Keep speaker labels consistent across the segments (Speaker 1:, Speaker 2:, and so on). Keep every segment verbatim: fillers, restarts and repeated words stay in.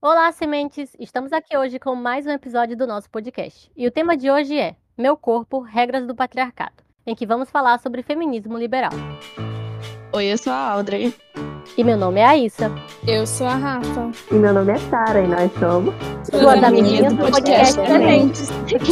Speaker 1: Olá, sementes! Estamos aqui hoje com mais um episódio do nosso podcast. E o tema de hoje é Meu Corpo, Regras do Patriarcado, em que vamos falar sobre feminismo liberal.
Speaker 2: Oi, eu sou a Audrey.
Speaker 1: E meu nome é Aissa.
Speaker 3: Eu sou a Rafa.
Speaker 4: E meu nome é Sara e nós somos
Speaker 1: Suas amiguinhas do podcast
Speaker 3: Sementes.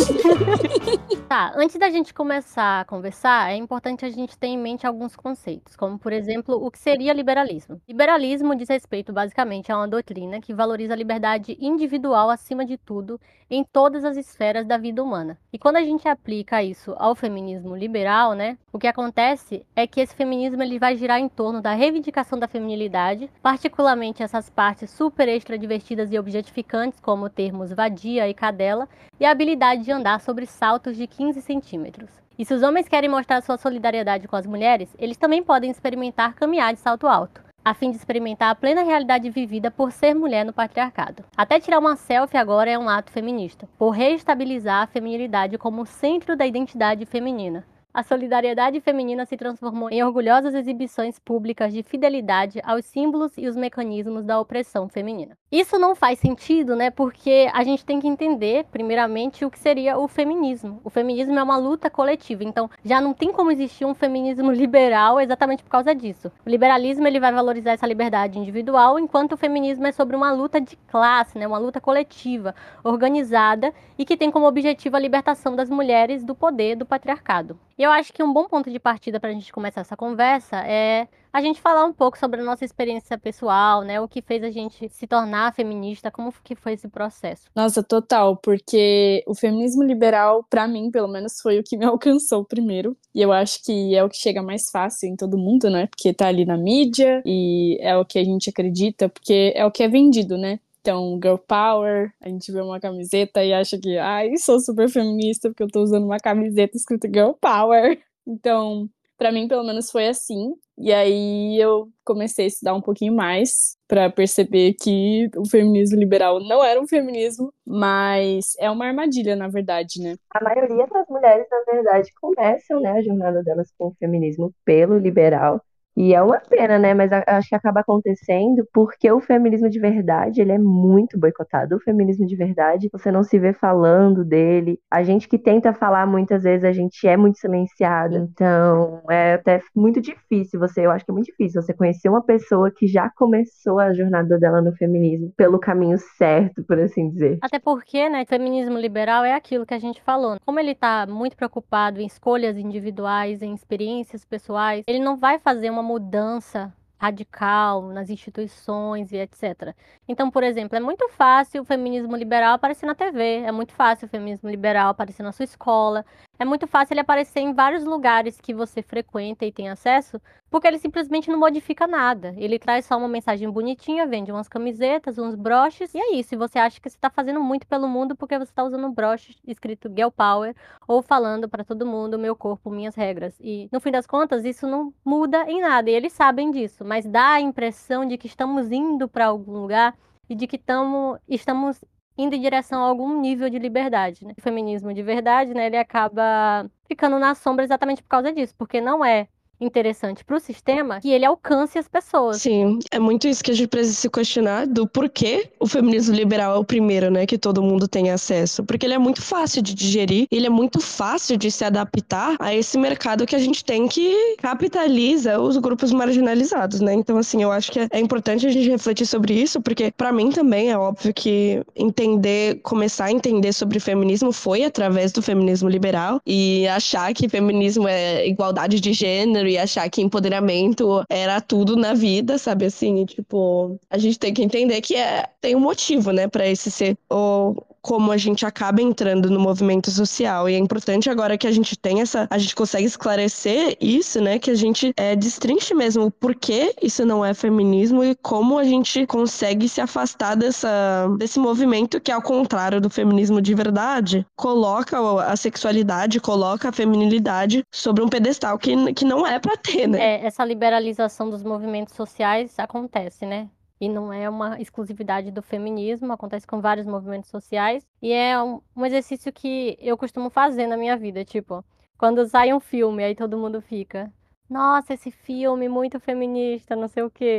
Speaker 1: Tá, antes da gente começar a conversar, é importante a gente ter em mente alguns conceitos, como, por exemplo, o que seria liberalismo. Liberalismo diz respeito, basicamente, a uma doutrina que valoriza a liberdade individual acima de tudo em todas as esferas da vida humana. E quando a gente aplica isso ao feminismo liberal, né, o que acontece é que esse feminismo ele vai girar em torno da reivindicação da feminilidade, particularmente essas partes super extra divertidas e objetificantes, como termos vadia e cadela, e a habilidade de andar sobre saltos de quinze centímetros. E se os homens querem mostrar sua solidariedade com as mulheres, eles também podem experimentar caminhar de salto alto, a fim de experimentar a plena realidade vivida por ser mulher no patriarcado. Até tirar uma selfie agora é um ato feminista, por reestabilizar a feminilidade como o centro da identidade feminina. A solidariedade feminina se transformou em orgulhosas exibições públicas de fidelidade aos símbolos e os mecanismos da opressão feminina. Isso não faz sentido, né? Porque a gente tem que entender, primeiramente, o que seria o feminismo. O feminismo é uma luta coletiva, então já não tem como existir um feminismo liberal exatamente por causa disso. O liberalismo ele vai valorizar essa liberdade individual, enquanto o feminismo é sobre uma luta de classe, né? Uma luta coletiva, organizada e que tem como objetivo a libertação das mulheres do poder do patriarcado. E eu acho que um bom ponto de partida para a gente começar essa conversa é a gente falar um pouco sobre a nossa experiência pessoal, né? O que fez a gente se tornar feminista, como que foi esse processo.
Speaker 3: Nossa, total, porque o feminismo liberal, pra mim, pelo menos, foi o que me alcançou primeiro. E eu acho que é o que chega mais fácil em todo mundo, né? Porque tá ali na mídia e é o que a gente acredita, porque é o que é vendido, né? Então, girl power, a gente vê uma camiseta e acha que, ai, sou super feminista porque eu tô usando uma camiseta escrito girl power. Então, pra mim, pelo menos, foi assim. E aí eu comecei a estudar um pouquinho mais pra perceber que o feminismo liberal não era um feminismo, mas é uma armadilha, na verdade, né?
Speaker 4: a maioria das mulheres, na verdade, começam, né, a jornada delas com o feminismo pelo liberal. E é uma pena, né? Mas a- acho que acaba acontecendo porque o feminismo de verdade, ele é muito boicotado. O feminismo de verdade, você não se vê falando dele. A gente que tenta falar, muitas vezes, a gente é muito silenciado. Então, é até muito difícil você, eu acho que é muito difícil você conhecer uma pessoa que já começou a jornada dela no feminismo pelo caminho certo, por assim dizer.
Speaker 1: Até porque, né, feminismo liberal é aquilo que a gente falou. Como ele está muito preocupado em escolhas individuais, em experiências pessoais, ele não vai fazer uma mudança radical nas instituições e etcétera. Então, por exemplo, é muito fácil o feminismo liberal aparecer na T V, é muito fácil o feminismo liberal aparecer na sua escola, é muito fácil ele aparecer em vários lugares que você frequenta e tem acesso, porque ele simplesmente não modifica nada. Ele traz só uma mensagem bonitinha, vende umas camisetas, uns broches, e é isso. E você acha que você tá fazendo muito pelo mundo porque você tá usando um broche escrito Girl Power, ou falando pra todo mundo, meu corpo, minhas regras. E, no fim das contas, isso não muda em nada, e eles sabem disso. Mas dá a impressão de que estamos indo pra algum lugar e de que tamo, estamos indo em direção a algum nível de liberdade, né? O feminismo de verdade, né, ele acaba ficando na sombra exatamente por causa disso, porque não é interessante para o sistema que ele alcance as pessoas.
Speaker 2: Sim, é muito isso que a gente precisa se questionar do porquê o feminismo liberal é o primeiro, né, que todo mundo tem acesso. Porque ele é muito fácil de digerir, ele é muito fácil de se adaptar a esse mercado que a gente tem que capitaliza os grupos marginalizados, né? Então, assim, eu acho que é importante a gente refletir sobre isso, porque pra mim também é óbvio que entender, começar a entender sobre feminismo foi através do feminismo liberal e achar que feminismo é igualdade de gênero e achar que empoderamento era tudo na vida, sabe assim? E, tipo, a gente tem que entender que é, tem um motivo, né, pra esse ser o como a gente acaba entrando no movimento social. E é importante agora que a gente tem essa, a gente consegue esclarecer isso, né, que a gente é, destrinche mesmo o porquê isso não é feminismo e como a gente consegue se afastar dessa, desse movimento que, ao contrário do feminismo de verdade, coloca a sexualidade, coloca a feminilidade sobre um pedestal que, que não é pra ter, né?
Speaker 1: É, essa liberalização dos movimentos sociais acontece, né? E não é uma exclusividade do feminismo, acontece com vários movimentos sociais. E é um, um exercício que eu costumo fazer na minha vida, tipo, quando sai um filme, aí todo mundo fica, nossa, esse filme muito feminista, não sei o quê.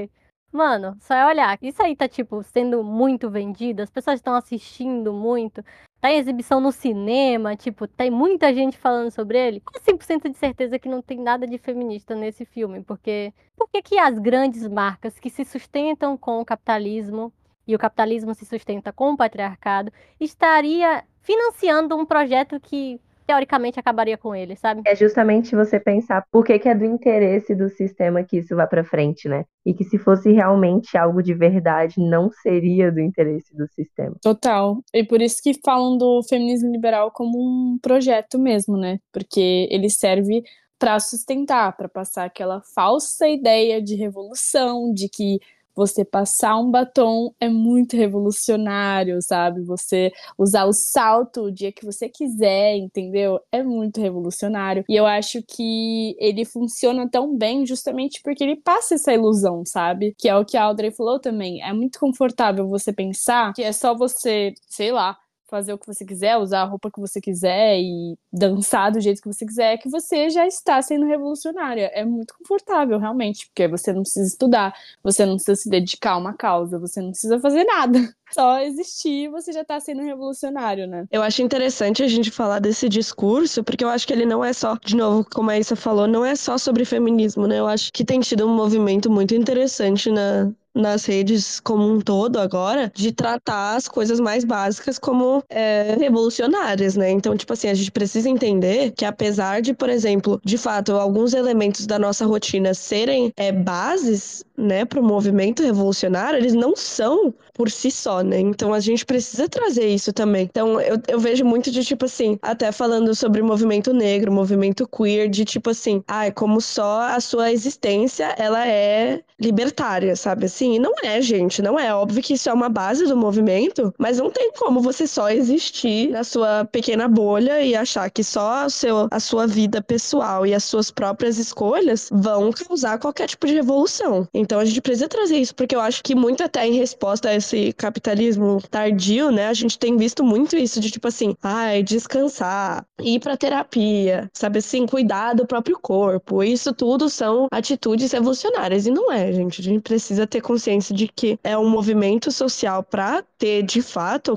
Speaker 1: Mano, só é olhar. Isso aí tá, tipo, sendo muito vendido, as pessoas estão assistindo muito, tá em exibição no cinema, tipo, tem muita gente falando sobre ele. Com cem por cento de certeza que não tem nada de feminista nesse filme, porque por que que as grandes marcas que se sustentam com o capitalismo, e o capitalismo se sustenta com o patriarcado, estaria financiando um projeto que, teoricamente, acabaria com ele, sabe?
Speaker 4: É justamente você pensar por que que é do interesse do sistema que isso vá para frente, né? E que se fosse realmente algo de verdade, não seria do interesse do sistema.
Speaker 3: Total. E por isso que falam do feminismo liberal como um projeto mesmo, né? Porque ele serve para sustentar, para passar aquela falsa ideia de revolução, de que você passar um batom é muito revolucionário, sabe? Você usar o salto o dia que você quiser, entendeu? É muito revolucionário. E eu acho que ele funciona tão bem justamente porque ele passa essa ilusão, sabe? Que é o que a Audrey falou também. É muito confortável você pensar que é só você, sei lá, fazer o que você quiser, usar a roupa que você quiser e dançar do jeito que você quiser, que você já está sendo revolucionária. É muito confortável, realmente, porque você não precisa estudar, você não precisa se dedicar a uma causa, você não precisa fazer nada. Só existir, você já tá sendo revolucionário, né?
Speaker 2: Eu acho interessante a gente falar desse discurso, porque eu acho que ele não é só, de novo, como a Issa falou, não é só sobre feminismo, né? Eu acho que tem tido um movimento muito interessante na, nas redes como um todo agora, de tratar as coisas mais básicas como é, revolucionárias, né? Então, tipo assim, a gente precisa entender que apesar de, por exemplo, de fato, alguns elementos da nossa rotina serem é, bases, né, para o movimento revolucionário, eles não são por si só, né? Então a gente precisa trazer isso também. Então eu, eu vejo muito de tipo assim, até falando sobre o movimento negro, movimento queer, de tipo assim, ah, é como só a sua existência ela é libertária, sabe assim? E não é, gente, não é. Óbvio que isso é uma base do movimento, mas não tem como você só existir na sua pequena bolha e achar que só o seu, a sua vida pessoal e as suas próprias escolhas vão causar qualquer tipo de revolução. Então a gente precisa trazer isso, porque eu acho que muito até em resposta a esse capitalismo tardio, né, a gente tem visto muito isso de tipo assim, ai, descansar, ir pra terapia, sabe assim, cuidar do próprio corpo. Isso tudo são atitudes revolucionárias e não é, gente. A gente precisa ter consciência de que é um movimento social pra ter de fato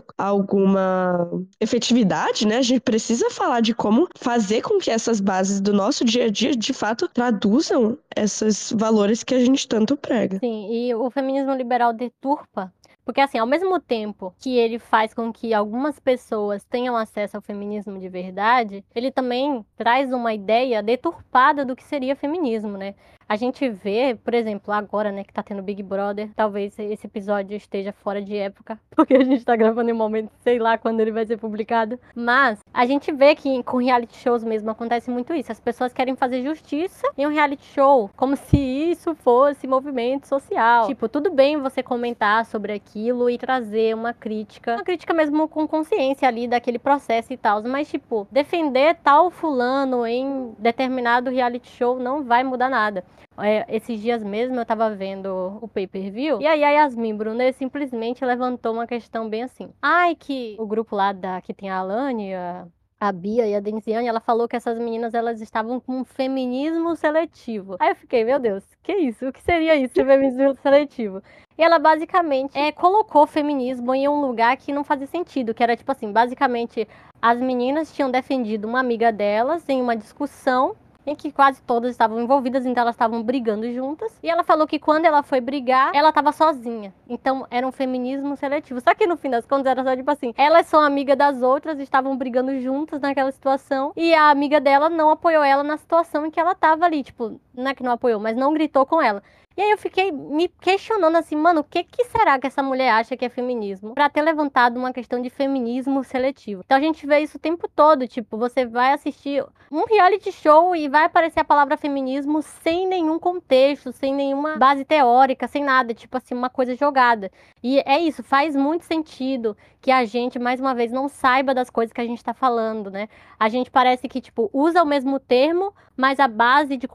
Speaker 2: alguma efetividade, né? A gente precisa falar de como fazer com que essas bases do nosso dia a dia de fato traduzam esses valores que a gente tanto prega.
Speaker 1: Sim, e o feminismo liberal deturpa. Porque, assim, ao mesmo tempo que ele faz com que algumas pessoas tenham acesso ao feminismo de verdade, ele também traz uma ideia deturpada do que seria feminismo, né? A gente vê, por exemplo, agora, né, que tá tendo Big Brother, talvez esse episódio esteja fora de época, porque a gente tá gravando em um momento, sei lá quando ele vai ser publicado. Mas a gente vê que com reality shows mesmo acontece muito isso. As pessoas querem fazer justiça em um reality show, como se isso fosse movimento social. Tipo, tudo bem você comentar sobre aquilo e trazer uma crítica, uma crítica mesmo com consciência ali daquele processo e tal, mas tipo, defender tal fulano em determinado reality show não vai mudar nada. É, esses dias mesmo eu tava vendo o pay-per-view e aí a Yasmin Brunet simplesmente levantou uma questão bem assim. Ai, que o grupo lá da, que tem a Alane, a, a Bia e a Denziane, ela falou que essas meninas elas estavam com um feminismo seletivo. Aí eu fiquei, meu Deus, que isso? O que seria isso, feminismo seletivo? E ela basicamente é, colocou o feminismo em um lugar que não fazia sentido, que era tipo assim, basicamente as meninas tinham defendido uma amiga delas em uma discussão em que quase todas estavam envolvidas, então elas estavam brigando juntas. E ela falou que quando ela foi brigar, ela estava sozinha. Então era um feminismo seletivo. Só que no fim das contas era só tipo assim, elas são amigas das outras, estavam brigando juntas naquela situação, e a amiga dela não apoiou ela na situação em que ela tava ali, tipo, não é que não apoiou, mas não gritou com ela. E aí eu fiquei me questionando assim, mano, o que que será que essa mulher acha que é feminismo? Pra ter levantado uma questão de feminismo seletivo. Então a gente vê isso o tempo todo, tipo, você vai assistir um reality show e vai aparecer a palavra feminismo sem nenhum contexto, sem nenhuma base teórica, sem nada, tipo assim, uma coisa jogada. E é isso, faz muito sentido que a gente, mais uma vez, não saiba das coisas que a gente tá falando, né? A gente parece que, tipo, usa o mesmo termo, mas a base de conceito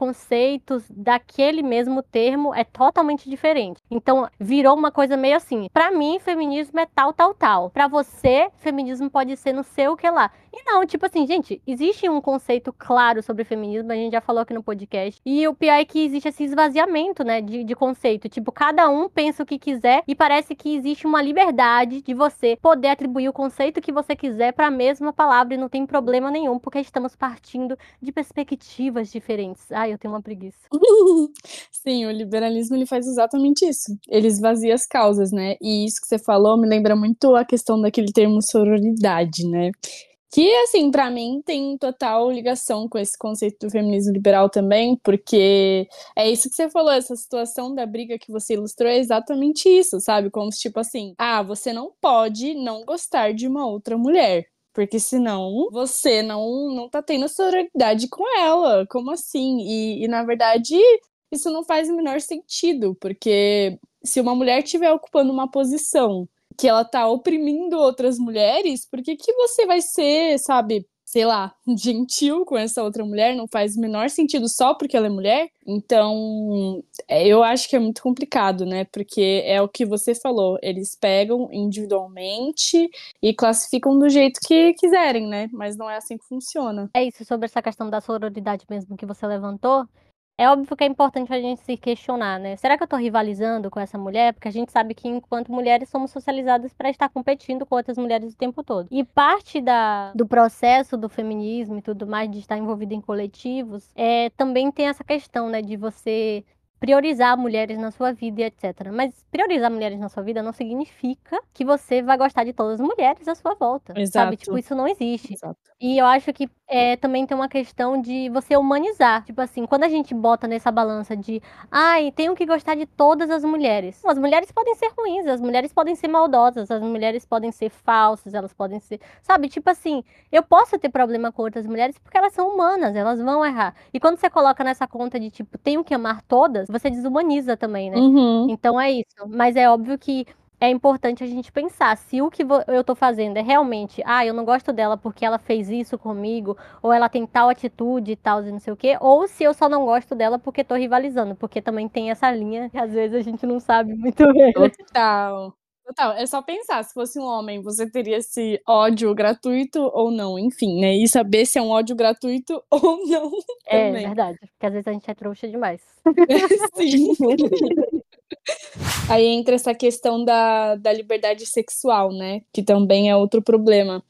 Speaker 1: conceitos daquele mesmo termo é totalmente diferente. Então, virou uma coisa meio assim. Pra mim, feminismo é tal, tal, tal. Pra você, feminismo pode ser não sei o que lá. E não, tipo assim, gente, existe um conceito claro sobre feminismo, a gente já falou aqui no podcast. E o pior é que existe esse esvaziamento, né, de, de conceito. Tipo, cada um pensa o que quiser e parece que existe uma liberdade de você poder atribuir o conceito que você quiser pra mesma palavra e não tem problema nenhum, porque estamos partindo de perspectivas diferentes. Ai, eu tenho uma preguiça.
Speaker 3: Sim, o liberalismo ele faz exatamente isso. Ele esvazia as causas, né? E isso que você falou me lembra muito a questão daquele termo sororidade, né? Que, assim, pra mim tem total ligação com esse conceito do feminismo liberal também, porque é isso que você falou, essa situação da briga que você ilustrou é exatamente isso, sabe? Como se, tipo assim, ah, você não pode não gostar de uma outra mulher. Porque senão você não, não tá tendo sororidade com ela. Como assim? E, e, na verdade, isso não faz o menor sentido. Porque se uma mulher estiver ocupando uma posição que ela tá oprimindo outras mulheres, por que que você vai ser, sabe, sei lá, gentil com essa outra mulher? Não faz o menor sentido só porque ela é mulher? Então, é, eu acho que é muito complicado, né? Porque é o que você falou, eles pegam individualmente e classificam do jeito que quiserem, né? Mas não é assim que funciona.
Speaker 1: É isso, sobre essa questão da sororidade mesmo que você levantou. É óbvio que é importante a gente se questionar, né? Será que eu tô rivalizando com essa mulher? Porque a gente sabe que, enquanto mulheres, somos socializadas para estar competindo com outras mulheres o tempo todo. E parte da, do processo do feminismo e tudo mais, de estar envolvido em coletivos, é, também tem essa questão, né? De você priorizar mulheres na sua vida e etcétera. Mas priorizar mulheres na sua vida não significa que você vai gostar de todas as mulheres à sua volta.
Speaker 3: Exato.
Speaker 1: Sabe? Tipo, isso não existe.
Speaker 3: Exato.
Speaker 1: E eu acho que é, também tem uma questão de você humanizar. Tipo assim, quando a gente bota nessa balança de ai, tenho que gostar de todas as mulheres. As mulheres podem ser ruins, as mulheres podem ser maldosas, as mulheres podem ser falsas, elas podem ser... Sabe, tipo assim, eu posso ter problema com outras mulheres porque elas são humanas, elas vão errar. E quando você coloca nessa conta de tipo, tenho que amar todas, você desumaniza também, né?
Speaker 3: Uhum.
Speaker 1: Então é isso. Mas é óbvio que é importante a gente pensar se o que eu tô fazendo é realmente, ah, eu não gosto dela porque ela fez isso comigo, ou ela tem tal atitude e tal, e não sei o quê, ou se eu só não gosto dela porque tô rivalizando, porque também tem essa linha que às vezes a gente não sabe muito bem.
Speaker 3: Total. Total. É só pensar, se fosse um homem, você teria esse ódio gratuito ou não, enfim, né? E saber se é um ódio gratuito ou não
Speaker 1: É
Speaker 3: também.
Speaker 1: verdade, porque às vezes a gente é trouxa demais.
Speaker 3: Sim. Aí entra essa questão da, da liberdade sexual, né? Que também é outro problema.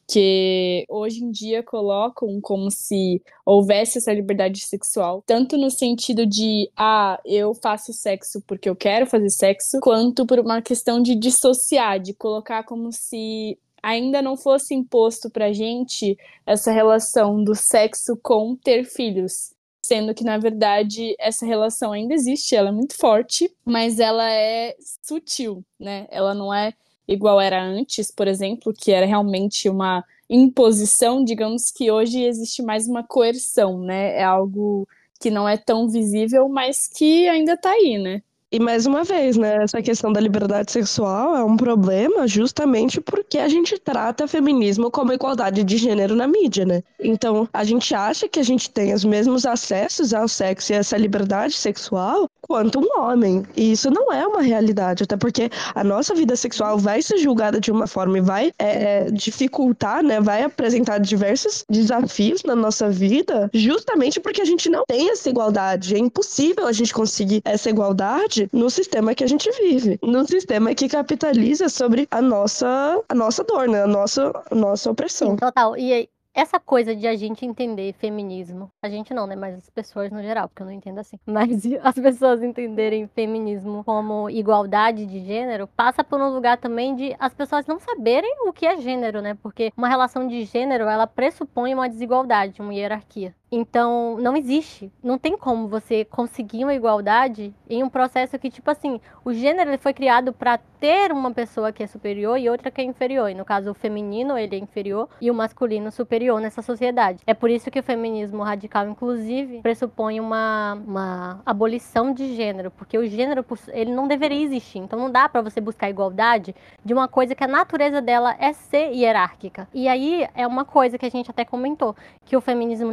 Speaker 3: Porque hoje em dia colocam como se houvesse essa liberdade sexual, tanto no sentido de, ah, eu faço sexo porque eu quero fazer sexo, quanto por uma questão de dissociar, de colocar como se ainda não fosse imposto pra gente essa relação do sexo com ter filhos. Sendo que, na verdade, essa relação ainda existe, ela é muito forte, mas ela é sutil, né? Ela não é igual era antes, por exemplo, que era realmente uma imposição, digamos que hoje existe mais uma coerção, né? É algo que não é tão visível, mas que ainda tá aí, né?
Speaker 2: E mais uma vez, né, essa questão da liberdade sexual é um problema justamente porque a gente trata feminismo como igualdade de gênero na mídia, né? Então, a gente acha que a gente tem os mesmos acessos ao sexo e essa liberdade sexual quanto um homem. E isso não é uma realidade, até porque a nossa vida sexual vai ser julgada de uma forma e vai é, dificultar, né, vai apresentar diversos desafios na nossa vida, justamente porque a gente não tem essa igualdade. É impossível a gente conseguir essa igualdade no sistema que a gente vive, no sistema que capitaliza sobre a nossa, a nossa dor, né? A nossa, a nossa opressão.
Speaker 1: Sim, total. E essa coisa de a gente entender feminismo, a gente não, né? Mas as pessoas no geral, porque eu não entendo assim. Mas as pessoas entenderem feminismo como igualdade de gênero, passa por um lugar também de as pessoas não saberem o que é gênero, né? Porque uma relação de gênero, ela pressupõe uma desigualdade, uma hierarquia. Então, não existe. Não tem como você conseguir uma igualdade em um processo que, tipo assim, o gênero ele foi criado para ter uma pessoa que é superior e outra que é inferior. E no caso, o feminino, ele é inferior e o masculino superior nessa sociedade. É por isso que o feminismo radical, inclusive, pressupõe uma, uma abolição de gênero. Porque o gênero, ele não deveria existir. Então, não dá para você buscar igualdade de uma coisa que a natureza dela é ser hierárquica. E aí, é uma coisa que a gente até comentou, que o feminismo liberal, ele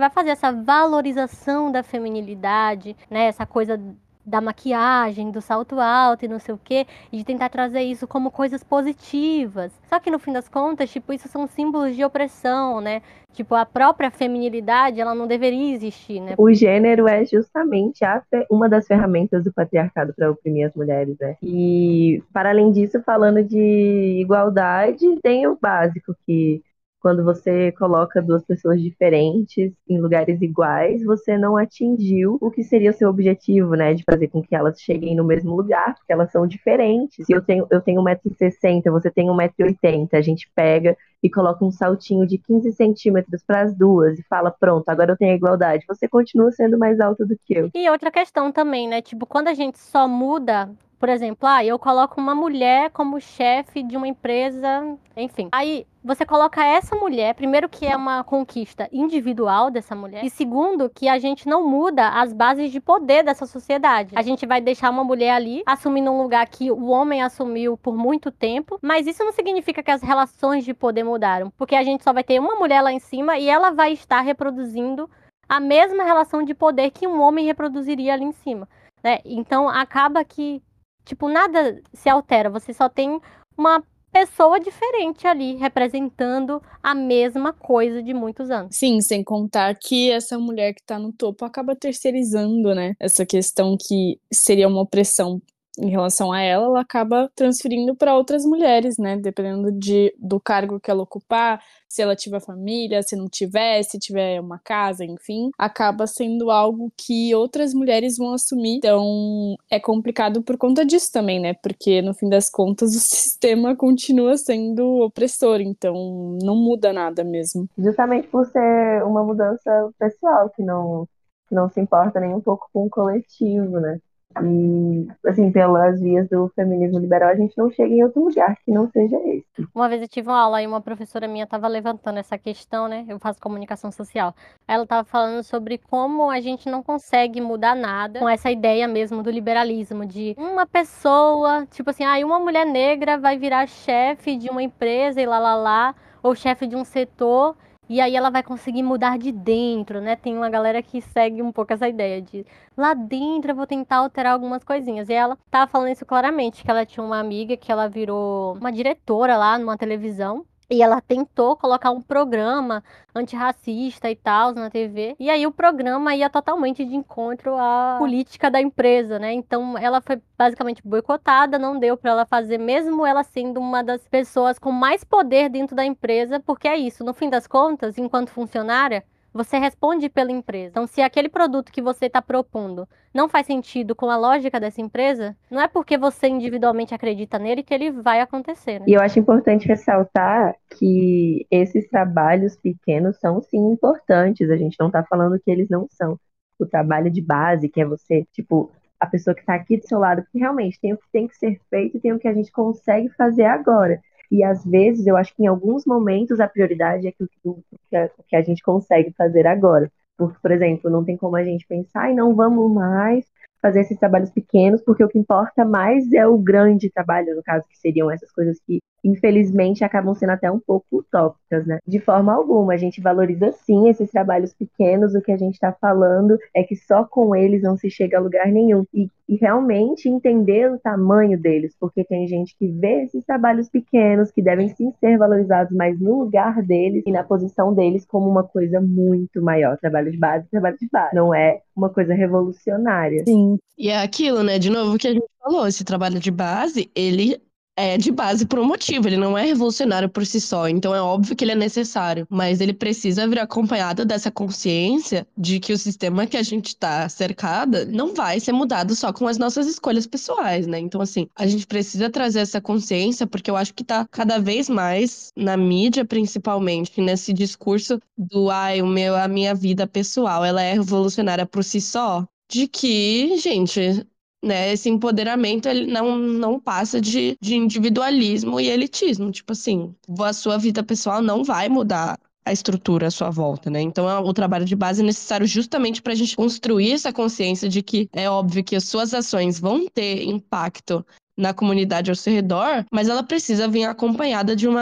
Speaker 1: vai fazer essa valorização da feminilidade, né, essa coisa da maquiagem, do salto alto e não sei o quê, e de tentar trazer isso como coisas positivas. Só que no fim das contas, tipo, isso são símbolos de opressão, né? Tipo, a própria feminilidade, ela não deveria existir, né?
Speaker 4: O gênero é justamente a fe- uma das ferramentas do patriarcado para oprimir as mulheres, né? E, para além disso, falando de igualdade, tem o básico que quando você coloca duas pessoas diferentes em lugares iguais, você não atingiu o que seria o seu objetivo, né? De fazer com que elas cheguem no mesmo lugar, porque elas são diferentes. Se eu tenho, eu tenho um metro e sessenta, você tem um metro e oitenta, a gente pega e coloca um saltinho de quinze centímetros para as duas e fala, pronto, agora eu tenho a igualdade. Você continua sendo mais alta do que eu.
Speaker 1: E outra questão também, né? Tipo, quando a gente só muda, por exemplo, ah, eu coloco uma mulher como chefe de uma empresa, enfim. Aí você coloca essa mulher, primeiro que é uma conquista individual dessa mulher, e segundo que a gente não muda as bases de poder dessa sociedade. A gente vai deixar uma mulher ali assumindo um lugar que o homem assumiu por muito tempo, mas isso não significa que as relações de poder mudaram, porque a gente só vai ter uma mulher lá em cima e ela vai estar reproduzindo a mesma relação de poder que um homem reproduziria ali em cima, né? Então acaba que, tipo, nada se altera, você só tem uma pessoa diferente ali, representando a mesma coisa de muitos anos.
Speaker 3: Sim, sem contar que essa mulher que tá no topo acaba terceirizando, né? Essa questão que seria uma opressão em relação a ela, ela acaba transferindo para outras mulheres, né? Dependendo de, do cargo que ela ocupar, se ela tiver família, se não tiver, se tiver uma casa, enfim, acaba sendo algo que outras mulheres vão assumir. Então, é complicado por conta disso também, né? Porque, no fim das contas, o sistema continua sendo opressor, então não muda nada mesmo.
Speaker 4: Justamente por ser uma mudança pessoal, que não, que não se importa nem um pouco com o coletivo, né? E, assim, pelas vias do feminismo liberal, a gente não chega em outro lugar que não seja esse.
Speaker 1: Uma vez eu tive uma aula e uma professora minha estava levantando essa questão, né? Eu faço comunicação social. Ela estava falando sobre como a gente não consegue mudar nada com essa ideia mesmo do liberalismo, de uma pessoa, tipo assim, ah, uma mulher negra vai virar chefe de uma empresa e lá lá lá, ou chefe de um setor. E aí ela vai conseguir mudar de dentro, né? Tem uma galera que segue um pouco essa ideia de lá dentro eu vou tentar alterar algumas coisinhas. E ela tava falando isso claramente, que ela tinha uma amiga que ela virou uma diretora lá numa televisão. E ela tentou colocar um programa antirracista e tal na T V. E aí o programa ia totalmente de encontro à política da empresa, né? Então ela foi basicamente boicotada, não deu pra ela fazer, mesmo ela sendo uma das pessoas com mais poder dentro da empresa, porque é isso, no fim das contas, enquanto funcionária, você responde pela empresa. Então, se aquele produto que você está propondo não faz sentido com a lógica dessa empresa, não é porque você individualmente acredita nele que ele vai acontecer, né?
Speaker 4: E eu acho importante ressaltar que esses trabalhos pequenos são, sim, importantes. A gente não está falando que eles não são. O trabalho de base, que é você, tipo, a pessoa que está aqui do seu lado, que realmente tem o que tem que ser feito e tem o que a gente consegue fazer agora. E às vezes, eu acho que em alguns momentos a prioridade é aquilo que, a, que a gente consegue fazer agora. Porque, por exemplo, não tem como a gente pensar, e não vamos mais fazer esses trabalhos pequenos, porque o que importa mais é o grande trabalho, no caso, que seriam essas coisas que, infelizmente, acabam sendo até um pouco utópicas, né? De forma alguma, a gente valoriza sim esses trabalhos pequenos, o que a gente está falando é que só com eles não se chega a lugar nenhum. E, e realmente entender o tamanho deles, porque tem gente que vê esses trabalhos pequenos, que devem sim ser valorizados, mas no lugar deles e na posição deles como uma coisa muito maior. Trabalho de base, trabalho de base. Não é uma coisa revolucionária.
Speaker 3: Sim.
Speaker 2: E é aquilo, né? De novo, o que a gente falou, esse trabalho de base, ele é de base por um motivo, ele não é revolucionário por si só, então é óbvio que ele é necessário, mas ele precisa vir acompanhado dessa consciência de que o sistema que a gente tá cercada não vai ser mudado só com as nossas escolhas pessoais, né? Então, assim, a gente precisa trazer essa consciência, porque eu acho que tá cada vez mais na mídia, principalmente, nesse discurso do, ai, o meu, a minha vida pessoal, ela é revolucionária por si só, de que, gente, né, esse empoderamento ele não, não passa de, de individualismo e elitismo. Tipo assim, a sua vida pessoal não vai mudar a estrutura à sua volta, né? Então, é- o trabalho de base é necessário justamente para a gente construir essa consciência de que é óbvio que as suas ações vão ter impacto na comunidade ao seu redor, mas ela precisa vir acompanhada de uma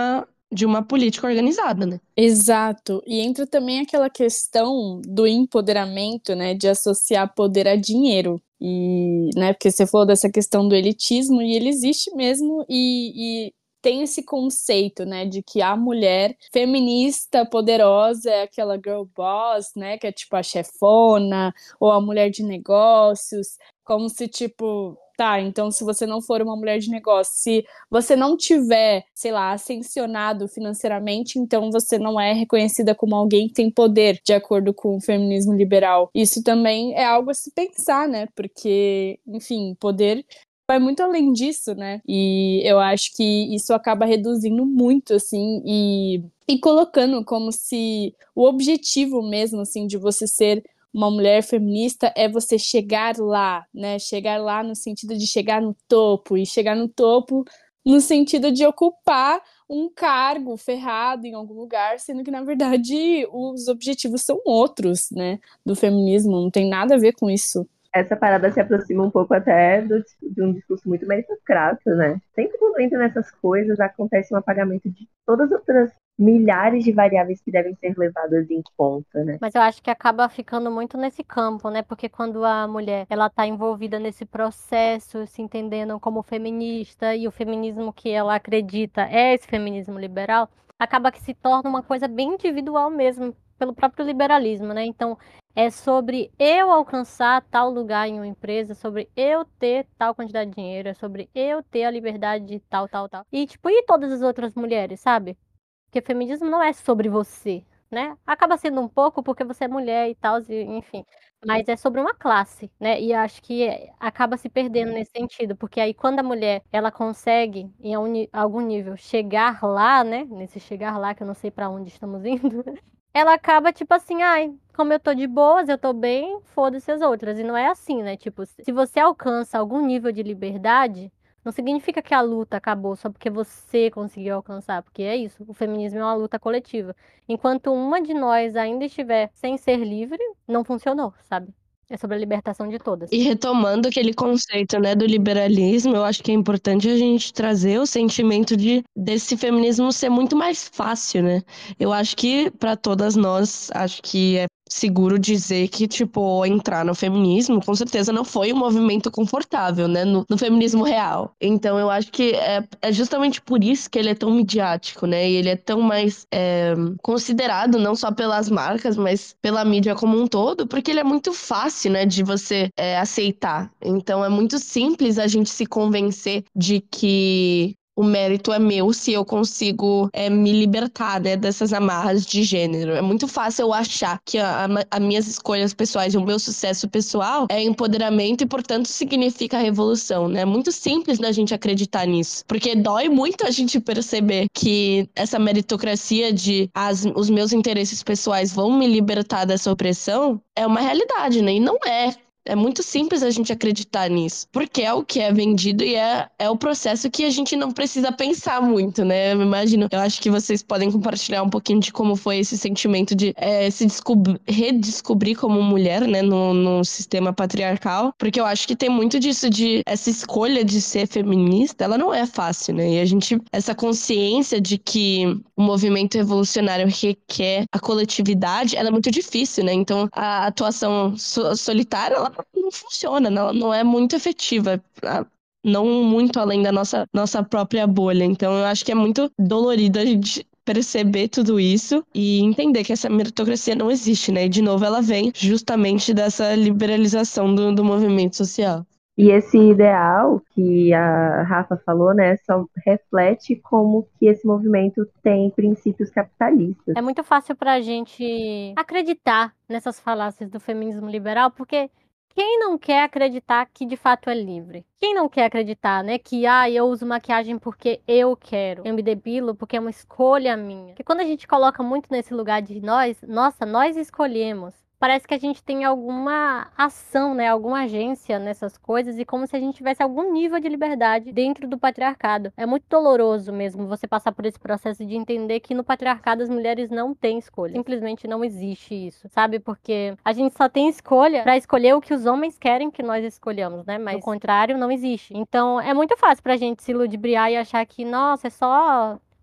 Speaker 2: de uma política organizada, né?
Speaker 3: Exato. E entra também aquela questão do empoderamento, né, de associar poder a dinheiro. E, né, porque você falou dessa questão do elitismo, e ele existe mesmo, e, e tem esse conceito, né, de que a mulher feminista poderosa é aquela girl boss, né, que é tipo a chefona, ou a mulher de negócios, como se tipo, tá, então se você não for uma mulher de negócio, se você não tiver, sei lá, ascensionado financeiramente, então você não é reconhecida como alguém que tem poder, de acordo com o feminismo liberal. Isso também é algo a se pensar, né, porque, enfim, poder vai muito além disso, né? E eu acho que isso acaba reduzindo muito, assim, e, e colocando como se o objetivo mesmo, assim, de você ser uma mulher feminista é você chegar lá, né? Chegar lá no sentido de chegar no topo, e chegar no topo no sentido de ocupar um cargo ferrado em algum lugar, sendo que, na verdade, os objetivos são outros, né? Do feminismo, não tem nada a ver com isso.
Speaker 4: Essa parada se aproxima um pouco até do, de um discurso muito meritocrata, né? Sempre quando entra nessas coisas, acontece um apagamento de todas as outras milhares de variáveis que devem ser levadas em conta, né?
Speaker 1: Mas eu acho que acaba ficando muito nesse campo, né? Porque quando a mulher, ela tá envolvida nesse processo, se entendendo como feminista, e o feminismo que ela acredita é esse feminismo liberal, acaba que se torna uma coisa bem individual mesmo, pelo próprio liberalismo, né? Então, é sobre eu alcançar tal lugar em uma empresa, sobre eu ter tal quantidade de dinheiro, é sobre eu ter a liberdade de tal, tal, tal. E, tipo, e todas as outras mulheres, sabe? Porque feminismo não é sobre você, né? Acaba sendo um pouco porque você é mulher e tal, e, enfim. Mas é sobre uma classe, né? E acho que é- acaba se perdendo nesse sentido, porque aí quando a mulher, ela consegue, em algum ni- algum nível, chegar lá, né? Nesse chegar lá, que eu não sei pra onde estamos indo, ela acaba tipo assim, ai, como eu tô de boas, eu tô bem, foda-se as outras. E não é assim, né? Tipo, se você alcança algum nível de liberdade, não significa que a luta acabou só porque você conseguiu alcançar, porque é isso, o feminismo é uma luta coletiva. Enquanto uma de nós ainda estiver sem ser livre, não funcionou, sabe? É sobre a libertação de todas.
Speaker 2: E retomando aquele conceito, né, do liberalismo, eu acho que é importante a gente trazer o sentimento de desse feminismo ser muito mais fácil, né? Eu acho que para todas nós, acho que é seguro dizer que, tipo, entrar no feminismo, com certeza não foi um movimento confortável, né, no, no feminismo real. Então eu acho que é, é justamente por isso que ele é tão midiático, né? E ele é tão mais é, considerado não só pelas marcas, mas pela mídia como um todo, porque ele é muito fácil, né, de você é, aceitar. Então é muito simples a gente se convencer de que o mérito é meu se eu consigo é, me libertar, né, dessas amarras de gênero. É muito fácil eu achar que a, a, as minhas escolhas pessoais, o meu sucesso pessoal é empoderamento e, portanto, significa revolução, né? É muito simples da gente acreditar nisso. Porque dói muito a gente perceber que essa meritocracia de as, os meus interesses pessoais vão me libertar dessa opressão é uma realidade, né? E não é. É muito simples a gente acreditar nisso, porque é o que é vendido e é, é o processo que a gente não precisa pensar muito, né? Eu me imagino, eu acho que vocês podem compartilhar um pouquinho de como foi esse sentimento de é, se descobrir, redescobrir como mulher, né, no, no sistema patriarcal, porque eu acho que tem muito disso de essa escolha de ser feminista, ela não é fácil, né? E a gente, essa consciência de que o movimento revolucionário requer a coletividade, ela é muito difícil, né? Então a atuação so- solitária, ela não funciona, ela não é muito efetiva, não muito além da nossa, nossa própria bolha. Então eu acho que é muito dolorido a gente perceber tudo isso e entender que essa meritocracia não existe, né? E de novo ela vem justamente dessa liberalização do, do movimento social.
Speaker 4: E esse ideal que a Rafa falou, né, só reflete como que esse movimento tem princípios capitalistas.
Speaker 1: É muito fácil pra gente acreditar nessas falácias do feminismo liberal, porque quem não quer acreditar que de fato é livre? Quem não quer acreditar, né, que ah, eu uso maquiagem porque eu quero, eu me depilo porque é uma escolha minha. Porque quando a gente coloca muito nesse lugar de nós, nossa, nós escolhemos. Parece que a gente tem alguma ação, né, alguma agência nessas coisas e como se a gente tivesse algum nível de liberdade dentro do patriarcado. É muito doloroso mesmo você passar por esse processo de entender que no patriarcado as mulheres não têm escolha. Simplesmente não existe isso, sabe? Porque a gente só tem escolha pra escolher o que os homens querem que nós escolhamos, né? Mas o contrário não existe. Então é muito fácil pra gente se ludibriar e achar que, nossa, é só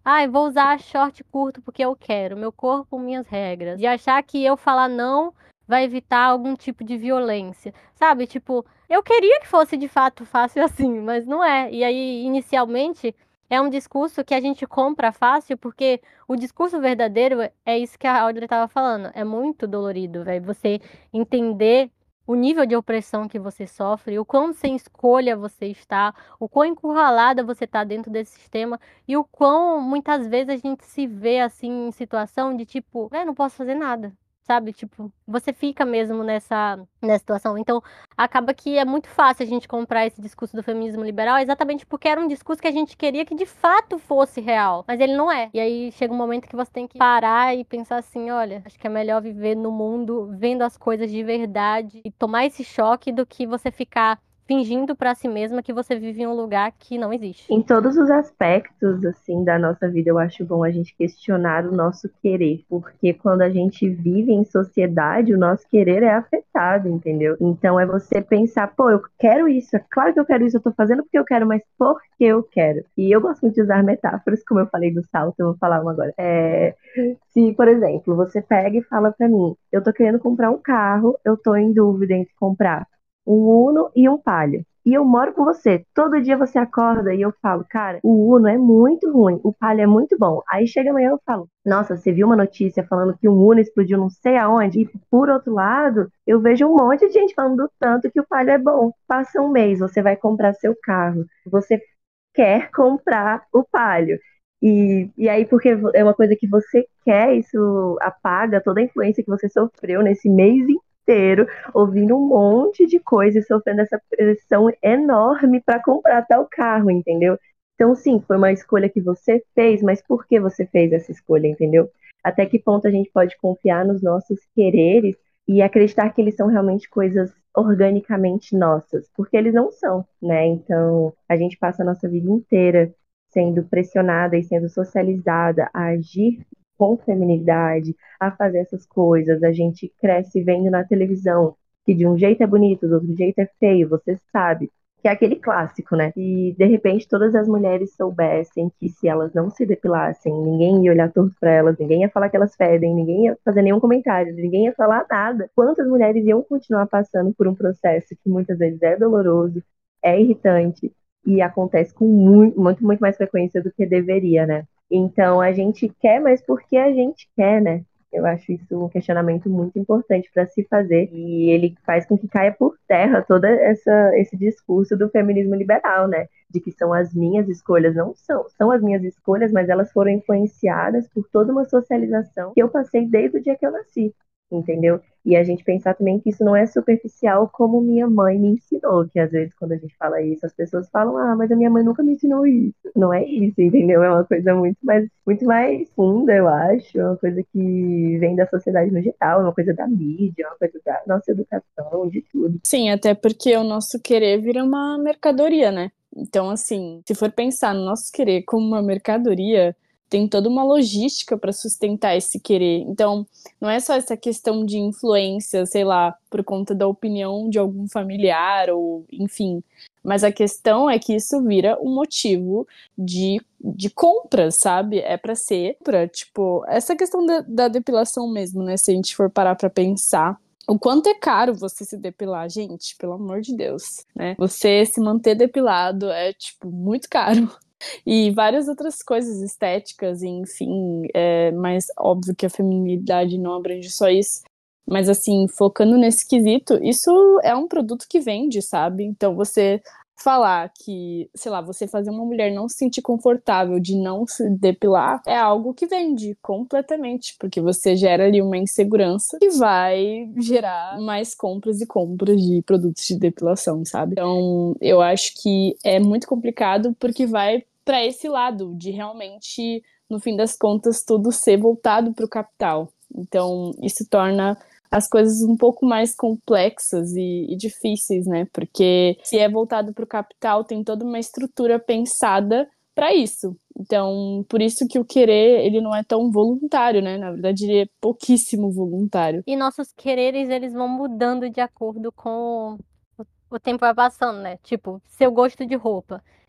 Speaker 1: ai, vou usar short curto porque eu quero, meu corpo, minhas regras. De achar que eu falar não vai evitar algum tipo de violência, sabe? Tipo, eu queria que fosse de fato fácil assim, mas não é. E aí, inicialmente, é um discurso que a gente compra fácil, porque o discurso verdadeiro é isso que a Audrey estava falando. É muito dolorido, velho. Você entender o nível de opressão que você sofre, o quão sem escolha você está, o quão encurralada você está dentro desse sistema e o quão muitas vezes a gente se vê assim em situação de tipo, é, não posso fazer nada. Sabe, tipo, você fica mesmo nessa, nessa situação. Então, acaba que é muito fácil a gente comprar esse discurso do feminismo liberal, exatamente porque era um discurso que a gente queria que de fato fosse real, mas ele não é. E aí chega um momento que você tem que parar e pensar assim, olha, acho que é melhor viver no mundo vendo as coisas de verdade e tomar esse choque do que você ficar fingindo pra si mesma que você vive em um lugar que não existe.
Speaker 4: Em todos os aspectos, assim, da nossa vida, eu acho bom a gente questionar o nosso querer, porque quando a gente vive em sociedade, o nosso querer é afetado, entendeu? Então é você pensar, pô, eu quero isso, é claro que eu quero isso, eu tô fazendo porque eu quero, mas por que eu quero? E eu gosto muito de usar metáforas, como eu falei do salto, eu vou falar uma agora. É, se, por exemplo, você pega e fala pra mim, eu tô querendo comprar um carro, eu tô em dúvida entre comprar um Uno e um Palio. E eu moro com você. Todo dia você acorda e eu falo, cara, o Uno é muito ruim, o Palio é muito bom. Aí chega amanhã e eu falo, nossa, você viu uma notícia falando que um Uno explodiu não sei aonde? E por outro lado, eu vejo um monte de gente falando do tanto que o Palio é bom. Passa um mês, você vai comprar seu carro. Você quer comprar o Palio. E, e aí, porque é uma coisa que você quer, isso apaga toda a influência que você sofreu nesse mês inteiro, ouvindo um monte de coisa e sofrendo essa pressão enorme para comprar tal carro, entendeu? Então, sim, foi uma escolha que você fez, mas por que você fez essa escolha, entendeu? Até que ponto a gente pode confiar nos nossos quereres e acreditar que eles são realmente coisas organicamente nossas, porque eles não são, né? Então, a gente passa a nossa vida inteira sendo pressionada e sendo socializada a agir com feminilidade, a fazer essas coisas. A gente cresce vendo na televisão que de um jeito é bonito, do outro jeito é feio, você sabe. Que é aquele clássico, né? E de repente todas as mulheres soubessem que se elas não se depilassem, ninguém ia olhar torto pra elas, ninguém ia falar que elas fedem, ninguém ia fazer nenhum comentário, ninguém ia falar nada. Quantas mulheres iam continuar passando por um processo que muitas vezes é doloroso, é irritante e acontece com muito, muito, muito mais frequência do que deveria, né? Então a gente quer, mas porque a gente quer, né? Eu acho isso um questionamento muito importante para se fazer e ele faz com que caia por terra todo essa, esse discurso do feminismo liberal, né? De que são as minhas escolhas, não são, são as minhas escolhas, mas elas foram influenciadas por toda uma socialização que eu passei desde o dia que eu nasci, entendeu? E a gente pensar também que isso não é superficial como minha mãe me ensinou, que às vezes quando a gente fala isso, as pessoas falam, ah, mas a minha mãe nunca me ensinou isso. Não é isso, entendeu? É uma coisa muito mais, muito mais funda, eu acho, é uma coisa que vem da sociedade no geral, é uma coisa da mídia, é uma coisa da nossa educação, de tudo.
Speaker 3: Sim, até porque o nosso querer vira uma mercadoria, né? Então, assim, se for pensar no nosso querer como uma mercadoria, tem toda uma logística para sustentar esse querer. Então, não é só essa questão de influência, sei lá, por conta da opinião de algum familiar ou, enfim. Mas a questão é que isso vira um motivo de, de compra, sabe? É para ser, pra, tipo, essa questão da, da depilação mesmo, né? Se a gente for parar para pensar. O quanto é caro você se depilar, gente, pelo amor de Deus, né? Você se manter depilado é, tipo, muito caro. E várias outras coisas estéticas, enfim, é, mas óbvio que a feminilidade não abrange só isso. Mas, assim, focando nesse quesito, isso é um produto que vende, sabe? Então, você falar que, sei lá, você fazer uma mulher não se sentir confortável de não se depilar é algo que vende completamente, porque você gera ali uma insegurança que vai gerar mais compras e compras de produtos de depilação, sabe? Então, eu acho que é muito complicado porque vai para esse lado de realmente, no fim das contas, tudo ser voltado para o capital. Então, isso torna as coisas um pouco mais complexas e, e difíceis, né? Porque se é voltado para o capital, tem toda uma estrutura pensada para isso. Então, por isso que o querer, ele não é tão voluntário, né? Na verdade, ele é pouquíssimo voluntário.
Speaker 1: E nossos quereres, eles vão mudando de acordo com o tempo vai passando, né? Tipo, seu gosto de roupa.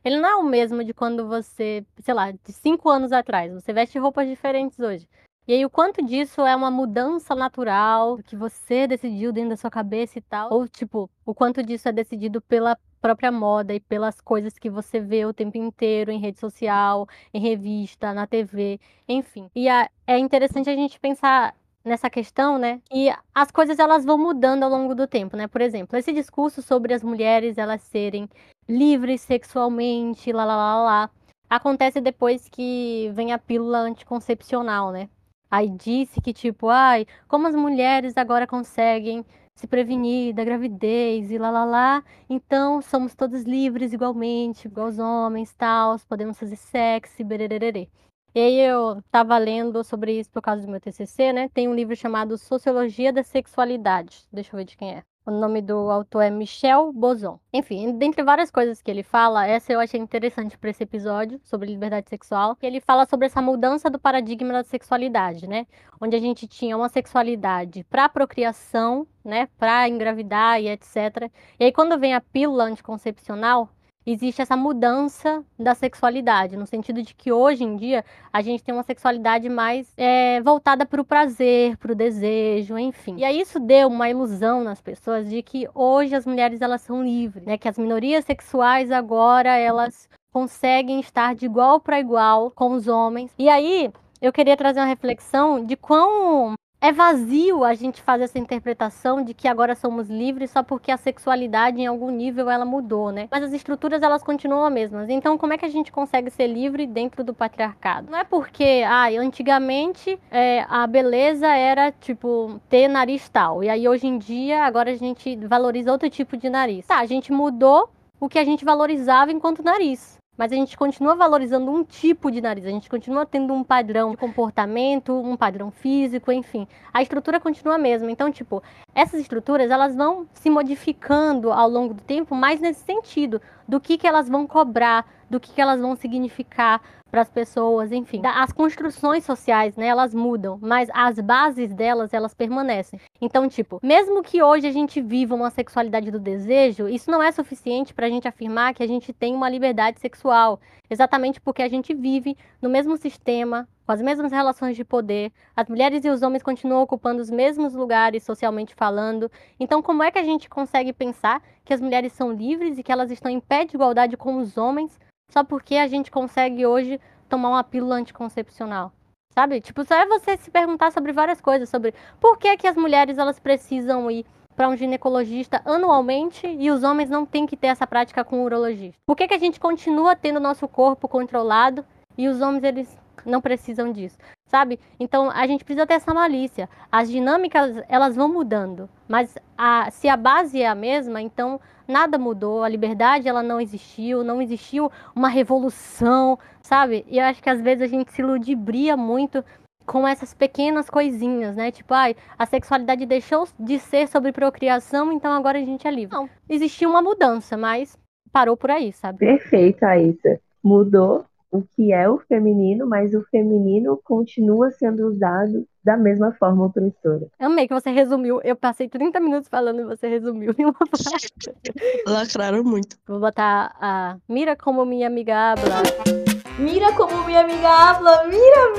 Speaker 1: ele não é o mesmo de quando você, sei lá, de cinco anos atrás. Você veste roupas diferentes hoje. E aí, o quanto disso é uma mudança natural, que você decidiu dentro da sua cabeça e tal, ou, tipo, o quanto disso é decidido pela própria moda e pelas coisas que você vê o tempo inteiro em rede social, em revista, na T V, enfim. E a, é interessante a gente pensar nessa questão, né, e as coisas elas vão mudando ao longo do tempo, né? Por exemplo, esse discurso sobre as mulheres elas serem livres sexualmente, lá, lá, lá, lá, acontece depois que vem a pílula anticoncepcional, né? Aí disse que, tipo, ai, como as mulheres agora conseguem se prevenir da gravidez e lá, lá, lá, então somos todos livres igualmente, igual os homens, tal, podemos fazer sexo, berererê. E aí eu tava lendo sobre isso por causa do meu T C C, né? Tem um livro chamado Sociologia da Sexualidade. Deixa eu ver de quem é. O nome do autor é Michel Boson. Enfim, dentre várias coisas que ele fala, essa eu achei interessante para esse episódio sobre liberdade sexual. Ele fala sobre essa mudança do paradigma da sexualidade, né? Onde a gente tinha uma sexualidade para procriação, né? Para engravidar e etcétera. E aí quando vem a pílula anticoncepcional, existe essa mudança da sexualidade, no sentido de que hoje em dia a gente tem uma sexualidade mais é, voltada para o prazer, para o desejo, enfim. E aí isso deu uma ilusão nas pessoas de que hoje as mulheres elas são livres, né? Que as minorias sexuais agora elas conseguem estar de igual para igual com os homens. E aí eu queria trazer uma reflexão de quão é vazio a gente fazer essa interpretação de que agora somos livres só porque a sexualidade em algum nível ela mudou, né? Mas as estruturas elas continuam as mesmas. Então como é que a gente consegue ser livre dentro do patriarcado? Não é porque, ah, antigamente é, a beleza era tipo ter nariz tal. E aí hoje em dia agora a gente valoriza outro tipo de nariz. Tá, a gente mudou o que a gente valorizava enquanto nariz. Mas a gente continua valorizando um tipo de nariz, a gente continua tendo um padrão de comportamento, um padrão físico, enfim. A estrutura continua a mesma. Então, tipo, essas estruturas, elas vão se modificando ao longo do tempo, mais nesse sentido, do que, que elas vão cobrar, do que, que elas vão significar para as pessoas, enfim. As construções sociais, né, elas mudam, mas as bases delas, elas permanecem. Então, tipo, mesmo que hoje a gente viva uma sexualidade do desejo, isso não é suficiente para a gente afirmar que a gente tem uma liberdade sexual, exatamente porque a gente vive no mesmo sistema, com as mesmas relações de poder, as mulheres e os homens continuam ocupando os mesmos lugares socialmente falando. Então, como é que a gente consegue pensar que as mulheres são livres e que elas estão em pé de igualdade com os homens só porque a gente consegue hoje tomar uma pílula anticoncepcional? Sabe? Tipo, só é você se perguntar sobre várias coisas, sobre por que que as mulheres elas precisam ir para um ginecologista anualmente e os homens não têm que ter essa prática com o urologista. Por que que a gente continua tendo nosso corpo controlado e os homens eles não precisam disso, sabe? Então a gente precisa ter essa malícia. As dinâmicas elas vão mudando, mas a, se a base é a mesma, então nada mudou. A liberdade ela não existiu, não existiu uma revolução, sabe? E eu acho que às vezes a gente se ludibria muito com essas pequenas coisinhas, né? Tipo, ai, a sexualidade deixou de ser sobre procriação, então agora a gente é livre. Não, existiu uma mudança, mas parou por aí, sabe?
Speaker 4: Perfeito, Aissa. Mudou o que é o feminino, mas o feminino continua sendo usado da mesma forma opressora.
Speaker 1: Amei que você resumiu. Eu passei trinta minutos falando e você resumiu em uma frase.
Speaker 2: Lacraram muito.
Speaker 1: Vou botar a Mira como minha amiga habla.
Speaker 5: Mira como minha amiga habla. Mira,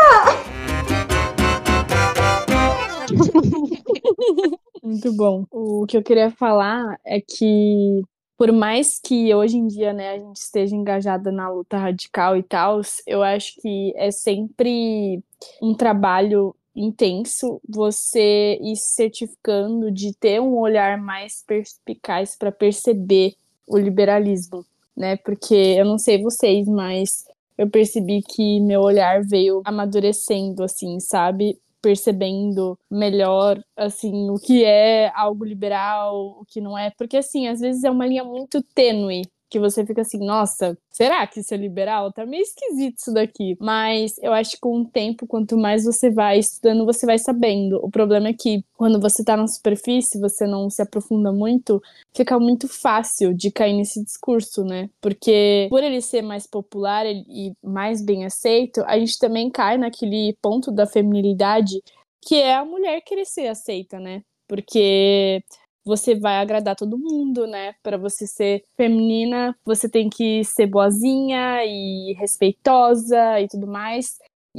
Speaker 5: mira!
Speaker 3: Muito bom. O que eu queria falar é que, por mais que hoje em dia, né, a gente esteja engajada na luta radical e tal, eu acho que é sempre um trabalho intenso você ir se certificando de ter um olhar mais perspicaz para perceber o liberalismo, né? Porque eu não sei vocês, mas eu percebi que meu olhar veio amadurecendo, assim, sabe? Percebendo melhor, assim, o que é algo liberal, o que não é. Porque, assim, às vezes é uma linha muito tênue, que você fica assim, nossa, será que isso é liberal? Tá meio esquisito isso daqui. Mas eu acho que com o tempo, quanto mais você vai estudando, você vai sabendo. O problema é que quando você tá na superfície, você não se aprofunda muito, fica muito fácil de cair nesse discurso, né? Porque por ele ser mais popular e mais bem aceito, a gente também cai naquele ponto da feminilidade que é a mulher querer ser aceita, né? Porque você vai agradar todo mundo, né? Para você ser feminina, você tem que ser boazinha e respeitosa e tudo mais.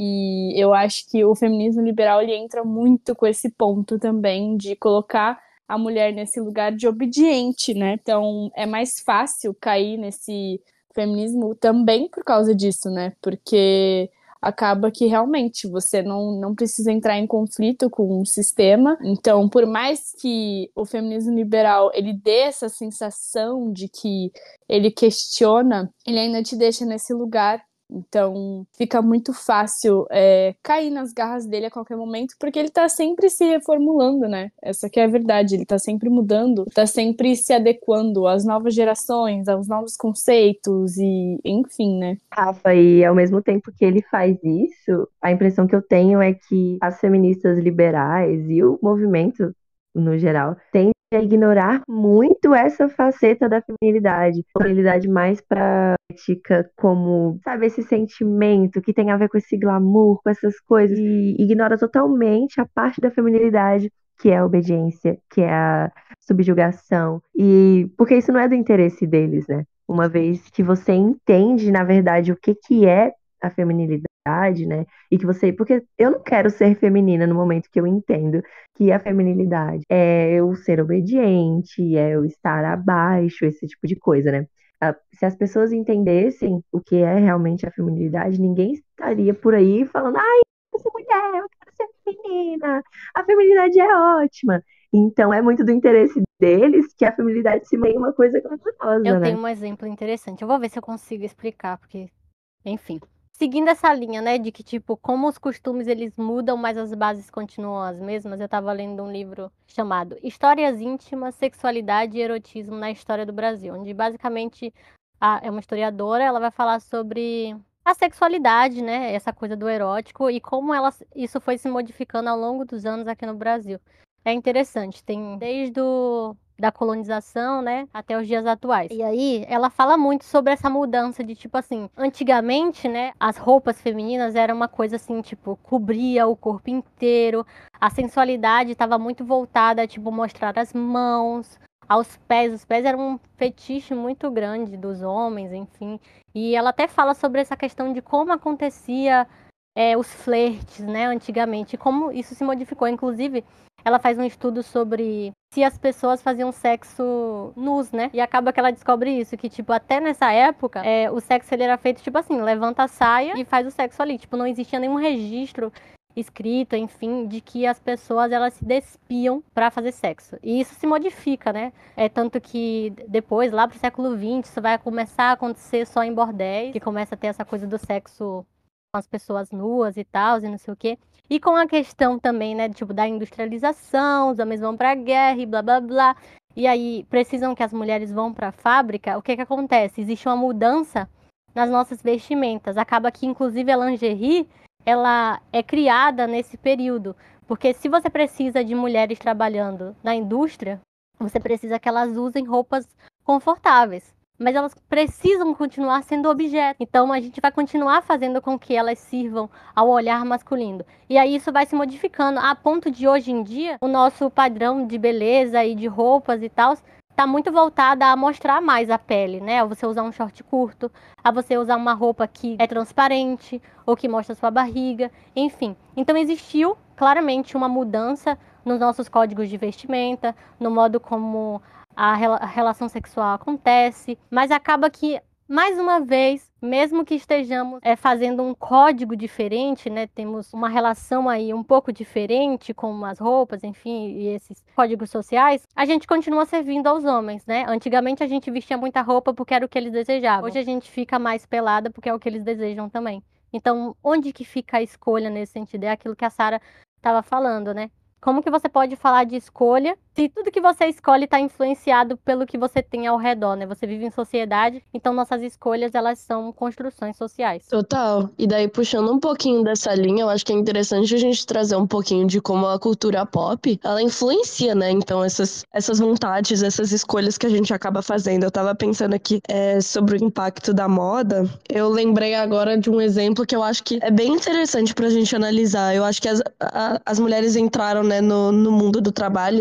Speaker 3: E eu acho que o feminismo liberal ele entra muito com esse ponto também de colocar a mulher nesse lugar de obediente, né? Então é mais fácil cair nesse feminismo também por causa disso, né? Porque acaba que realmente você não, não precisa entrar em conflito com o sistema. Então, por mais que o feminismo liberal ele dê essa sensação de que ele questiona, ele ainda te deixa nesse lugar. Então, fica muito fácil é, cair nas garras dele a qualquer momento, porque ele tá sempre se reformulando, né? Essa que é a verdade, ele tá sempre mudando, tá sempre se adequando às novas gerações, aos novos conceitos e, enfim, né?
Speaker 4: Rafa, e ao mesmo tempo que ele faz isso, a impressão que eu tenho é que as feministas liberais e o movimento, no geral, tendem a ignorar muito essa faceta da feminilidade. A feminilidade mais prática, como, sabe, esse sentimento que tem a ver com esse glamour, com essas coisas, e ignora totalmente a parte da feminilidade, que é a obediência, que é a subjugação, e porque isso não é do interesse deles, né? Uma vez que você entende, na verdade, o que que é a feminilidade, né? E que você. Porque eu não quero ser feminina no momento que eu entendo que a feminilidade é eu ser obediente, é eu estar abaixo, esse tipo de coisa, né? Ah, Se as pessoas entendessem o que é realmente a feminilidade, ninguém estaria por aí falando, ai, eu sou mulher, eu quero ser feminina, a feminilidade é ótima. Então é muito do interesse deles que a feminilidade se mantenha uma coisa glamourosa,
Speaker 1: Eu
Speaker 4: né?
Speaker 1: tenho um exemplo interessante. Eu vou ver se eu consigo explicar, porque, enfim. Seguindo essa linha, né, de que, tipo, como os costumes eles mudam, mas as bases continuam as mesmas, eu tava lendo um livro chamado Histórias Íntimas, Sexualidade e Erotismo na História do Brasil, onde basicamente a, é uma historiadora, ela vai falar sobre a sexualidade, né, essa coisa do erótico e como ela, isso foi se modificando ao longo dos anos aqui no Brasil. É interessante, tem desde o da colonização, né, até os dias atuais. E aí, ela fala muito sobre essa mudança de, tipo assim, antigamente, né, as roupas femininas eram uma coisa assim, tipo, cobria o corpo inteiro, a sensualidade estava muito voltada a, tipo, mostrar as mãos, aos pés, os pés eram um fetiche muito grande dos homens, enfim. E ela até fala sobre essa questão de como acontecia é, os flertes, né, antigamente, como isso se modificou, inclusive. Ela faz um estudo sobre se as pessoas faziam sexo nus, né? E acaba que ela descobre isso, que, tipo, até nessa época, é, o sexo ele era feito, tipo assim, levanta a saia e faz o sexo ali. Tipo, não existia nenhum registro escrito, enfim, de que as pessoas, elas se despiam pra fazer sexo. E isso se modifica, né? É tanto que depois, lá pro século vinte, isso vai começar a acontecer só em bordéis, que começa a ter essa coisa do sexo com as pessoas nuas e tal, e não sei o quê. E com a questão também, né, tipo, da industrialização, os homens vão pra guerra e blá, blá, blá. E aí precisam que as mulheres vão pra fábrica. O que que acontece? Existe uma mudança nas nossas vestimentas. Acaba que, inclusive, a lingerie, ela é criada nesse período. Porque se você precisa de mulheres trabalhando na indústria, você precisa que elas usem roupas confortáveis. Mas elas precisam continuar sendo objeto. Então a gente vai continuar fazendo com que elas sirvam ao olhar masculino. E aí isso vai se modificando a ponto de hoje em dia o nosso padrão de beleza e de roupas e tal está muito voltada a mostrar mais a pele, né? A você usar um short curto, a você usar uma roupa que é transparente ou que mostra sua barriga, enfim. Então existiu claramente uma mudança nos nossos códigos de vestimenta, no modo como a relação sexual acontece, mas acaba que, mais uma vez, mesmo que estejamos é, fazendo um código diferente, né, temos uma relação aí um pouco diferente com as roupas, enfim, e esses códigos sociais, a gente continua servindo aos homens, né? Antigamente a gente vestia muita roupa porque era o que eles desejavam. Hoje a gente fica mais pelada porque é o que eles desejam também. Então, onde que fica a escolha nesse sentido? É aquilo que a Sara estava falando, né? Como que você pode falar de escolha se tudo que você escolhe está influenciado pelo que você tem ao redor, né? Você vive em sociedade, então nossas escolhas, elas são construções sociais.
Speaker 2: Total. E daí, puxando um pouquinho dessa linha, eu acho que é interessante a gente trazer um pouquinho de como a cultura pop, ela influencia, né? Então, essas, essas vontades, essas escolhas que a gente acaba fazendo. Eu tava pensando aqui é, sobre o impacto da moda. Eu lembrei agora de um exemplo que eu acho que é bem interessante pra gente analisar. Eu acho que as, a, as mulheres entraram, né, no, no mundo do trabalho, e a gente sempre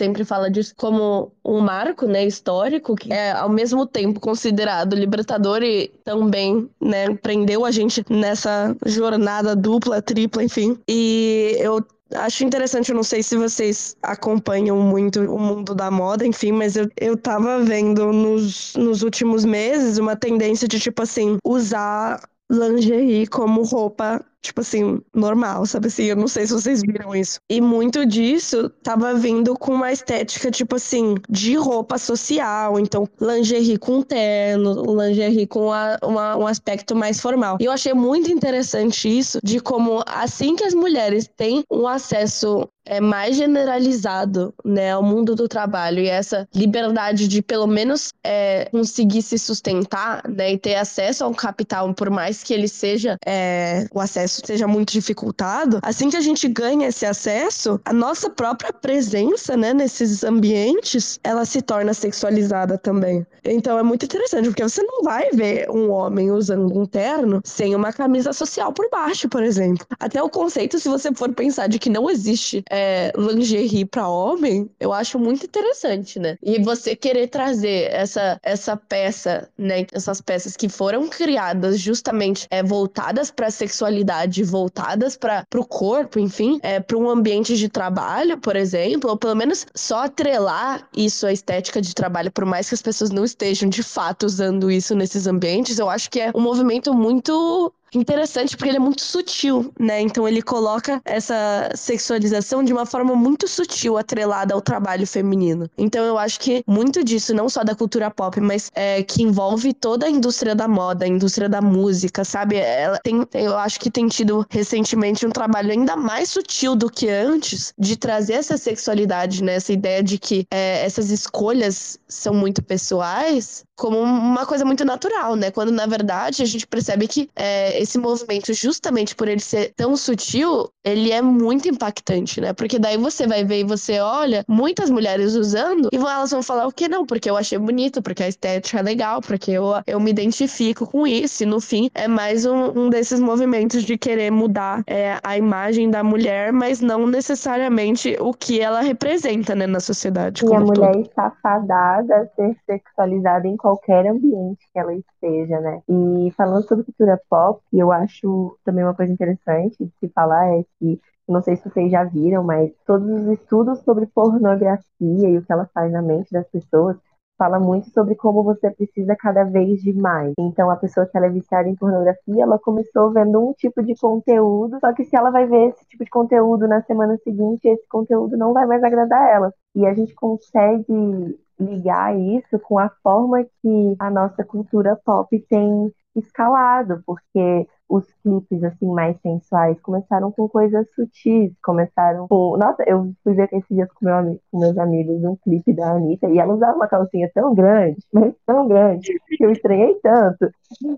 Speaker 2: sempre fala disso como um marco, né, histórico, que é ao mesmo tempo considerado libertador e também, né, prendeu a gente nessa jornada dupla, tripla, enfim. E eu acho interessante, eu não sei se vocês acompanham muito o mundo da moda, enfim, mas eu, eu tava vendo nos, nos últimos meses uma tendência de, tipo assim, usar lingerie como roupa, tipo assim, normal, sabe assim? Eu não sei se vocês viram isso. E muito disso tava vindo com uma estética, tipo assim, de roupa social. Então, lingerie com terno, lingerie com a- uma- um aspecto mais formal. E eu achei muito interessante isso, de como assim que as mulheres têm um acesso é mais generalizado, né, ao mundo do trabalho e essa liberdade de pelo menos é, conseguir se sustentar, né, e ter acesso ao capital, por mais que ele seja é, o acesso seja muito dificultado. Assim que a gente ganha esse acesso, a nossa própria presença, né, nesses ambientes, ela se torna sexualizada também. Então é muito interessante, porque você não vai ver um homem usando um terno sem uma camisa social por baixo, por exemplo. Até o conceito, se você for pensar de que não existe é, lingerie para homem, eu acho muito interessante, né? E você querer trazer essa, essa peça, né? Essas peças que foram criadas justamente é, voltadas para a sexualidade, voltadas para o corpo, enfim, é, para um ambiente de trabalho, por exemplo, ou pelo menos só atrelar isso à estética de trabalho, por mais que as pessoas não estejam de fato usando isso nesses ambientes, eu acho que é um movimento muito interessante, porque ele é muito sutil, né? Então ele coloca essa sexualização de uma forma muito sutil, atrelada ao trabalho feminino. Então eu acho que muito disso, não só da cultura pop, mas é, que envolve toda a indústria da moda, a indústria da música, sabe? Ela tem, eu acho que tem tido recentemente um trabalho ainda mais sutil do que antes de trazer essa sexualidade, né? Essa ideia de que é, essas escolhas são muito pessoais, como uma coisa muito natural, né? Quando, na verdade, a gente percebe que é, esse movimento, justamente por ele ser tão sutil, ele é muito impactante, né? Porque daí você vai ver e você olha muitas mulheres usando e elas vão falar o que não, porque eu achei bonito, porque a estética é legal, porque eu, eu me identifico com isso. E no fim, é mais um, um desses movimentos de querer mudar é, a imagem da mulher, mas não necessariamente o que ela representa, né, na sociedade
Speaker 4: E a
Speaker 2: como um
Speaker 4: mulher
Speaker 2: todo.
Speaker 4: está fadada a ser sexualizada em qualquer ambiente que ela esteja, né? E falando sobre cultura pop, eu acho também uma coisa interessante de se falar é que, não sei se vocês já viram, mas todos os estudos sobre pornografia e o que ela faz na mente das pessoas fala muito sobre como você precisa cada vez de mais. Então, a pessoa que ela é viciada em pornografia, ela começou vendo um tipo de conteúdo, só que se ela vai ver esse tipo de conteúdo na semana seguinte, esse conteúdo não vai mais agradar ela. E a gente consegue ligar isso com a forma que a nossa cultura pop tem escalado, porque os clipes assim mais sensuais começaram com coisas sutis, começaram com... Nossa, eu fui ver esses dias com, meu, ami- com meus amigos um clipe da Anitta e ela usava uma calcinha tão grande, mas tão grande, que eu estranhei tanto.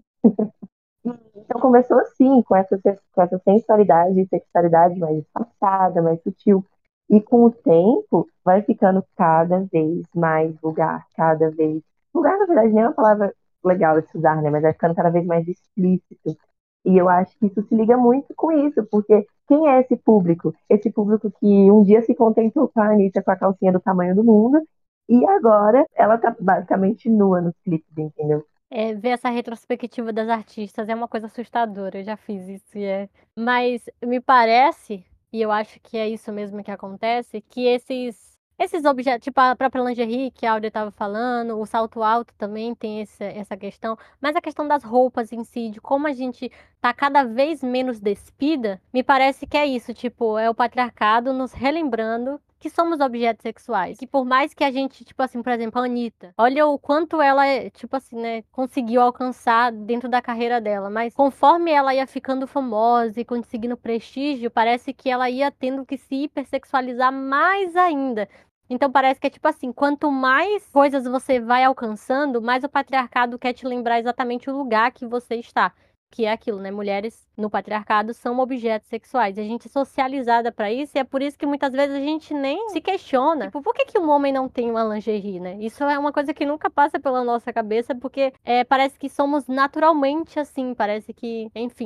Speaker 4: Então começou assim, com essa, com essa sensualidade e sexualidade mais espaçada, mais sutil. E com o tempo vai ficando cada vez mais vulgar, cada vez. Vulgar, na verdade, nem é uma palavra legal de se usar, né? Mas vai ficando cada vez mais explícito. E eu acho que isso se liga muito com isso, porque quem é esse público? Esse público que um dia se contentou com a Anitta com a calcinha do tamanho do mundo, e agora ela tá basicamente nua nos clipes, entendeu?
Speaker 1: É, ver essa retrospectiva das artistas é uma coisa assustadora, eu já fiz isso e é. Mas me parece, e eu acho que é isso mesmo que acontece, que esses esses objetos, tipo a própria lingerie que a Áurea estava falando, o salto alto também tem esse, essa questão, mas a questão das roupas em si, de como a gente tá cada vez menos despida, me parece que é isso, tipo, é o patriarcado nos relembrando que somos objetos sexuais. Que por mais que a gente, tipo assim, por exemplo, a Anitta, olha o quanto ela, tipo assim, né, conseguiu alcançar dentro da carreira dela, mas conforme ela ia ficando famosa e conseguindo prestígio, parece que ela ia tendo que se hipersexualizar mais ainda. Então parece que é tipo assim, quanto mais coisas você vai alcançando, mais o patriarcado quer te lembrar exatamente o lugar que você está. Que é aquilo, né? Mulheres no patriarcado são objetos sexuais. E a gente é socializada pra isso e é por isso que muitas vezes a gente nem se questiona. Tipo, por que que um homem não tem uma lingerie, né? Isso é uma coisa que nunca passa pela nossa cabeça porque é, parece que somos naturalmente assim. Parece que, enfim,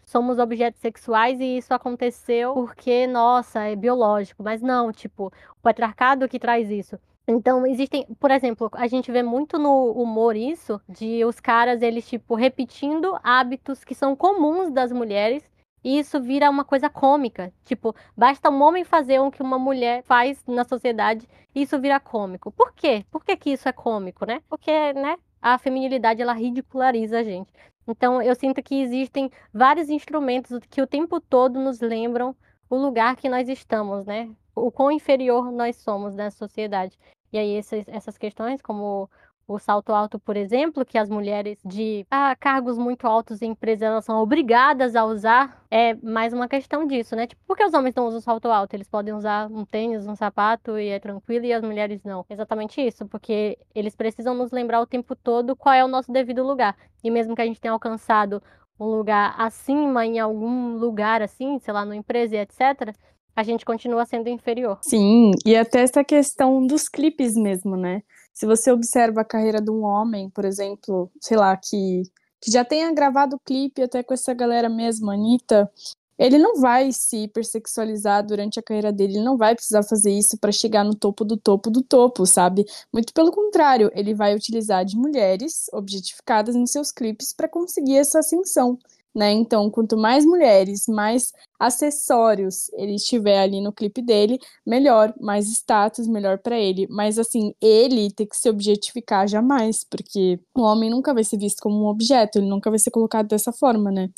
Speaker 1: somos objetos sexuais e isso aconteceu porque, nossa, é biológico. Mas não, tipo, o patriarcado que traz isso. Então, existem, por exemplo, a gente vê muito no humor isso, de os caras, eles, tipo, repetindo hábitos que são comuns das mulheres, e isso vira uma coisa cômica. Tipo, basta um homem fazer o que uma mulher faz na sociedade, e isso vira cômico. Por quê? Por que que isso é cômico, né? Porque, né, a feminilidade, ela ridiculariza a gente. Então, eu sinto que existem vários instrumentos que o tempo todo nos lembram o lugar que nós estamos, né? O quão inferior nós somos na sociedade. E aí essas, essas questões, como o salto alto, por exemplo, que as mulheres de ah, cargos muito altos em empresas elas são obrigadas a usar, é mais uma questão disso, né? Tipo, por que os homens não usam salto alto? Eles podem usar um tênis, um sapato e é tranquilo, e as mulheres não. Exatamente isso, porque eles precisam nos lembrar o tempo todo qual é o nosso devido lugar. E mesmo que a gente tenha alcançado um lugar acima, em algum lugar assim, sei lá, numa empresa e etcétera, a gente continua sendo inferior.
Speaker 3: Sim, e até essa questão dos clipes mesmo, né? Se você observa a carreira de um homem, por exemplo, sei lá, que, que já tenha gravado clipe até com essa galera mesmo, Anitta, ele não vai se hipersexualizar durante a carreira dele, ele não vai precisar fazer isso para chegar no topo do topo do topo, sabe? Muito pelo contrário, ele vai utilizar de mulheres objetificadas em seus clipes para conseguir essa ascensão, né? Então, quanto mais mulheres, mais acessórios ele tiver ali no clipe dele, melhor, mais status, melhor pra ele. Mas assim, ele tem que se objetificar jamais, porque o homem nunca vai ser visto como um objeto, ele nunca vai ser colocado dessa forma, né?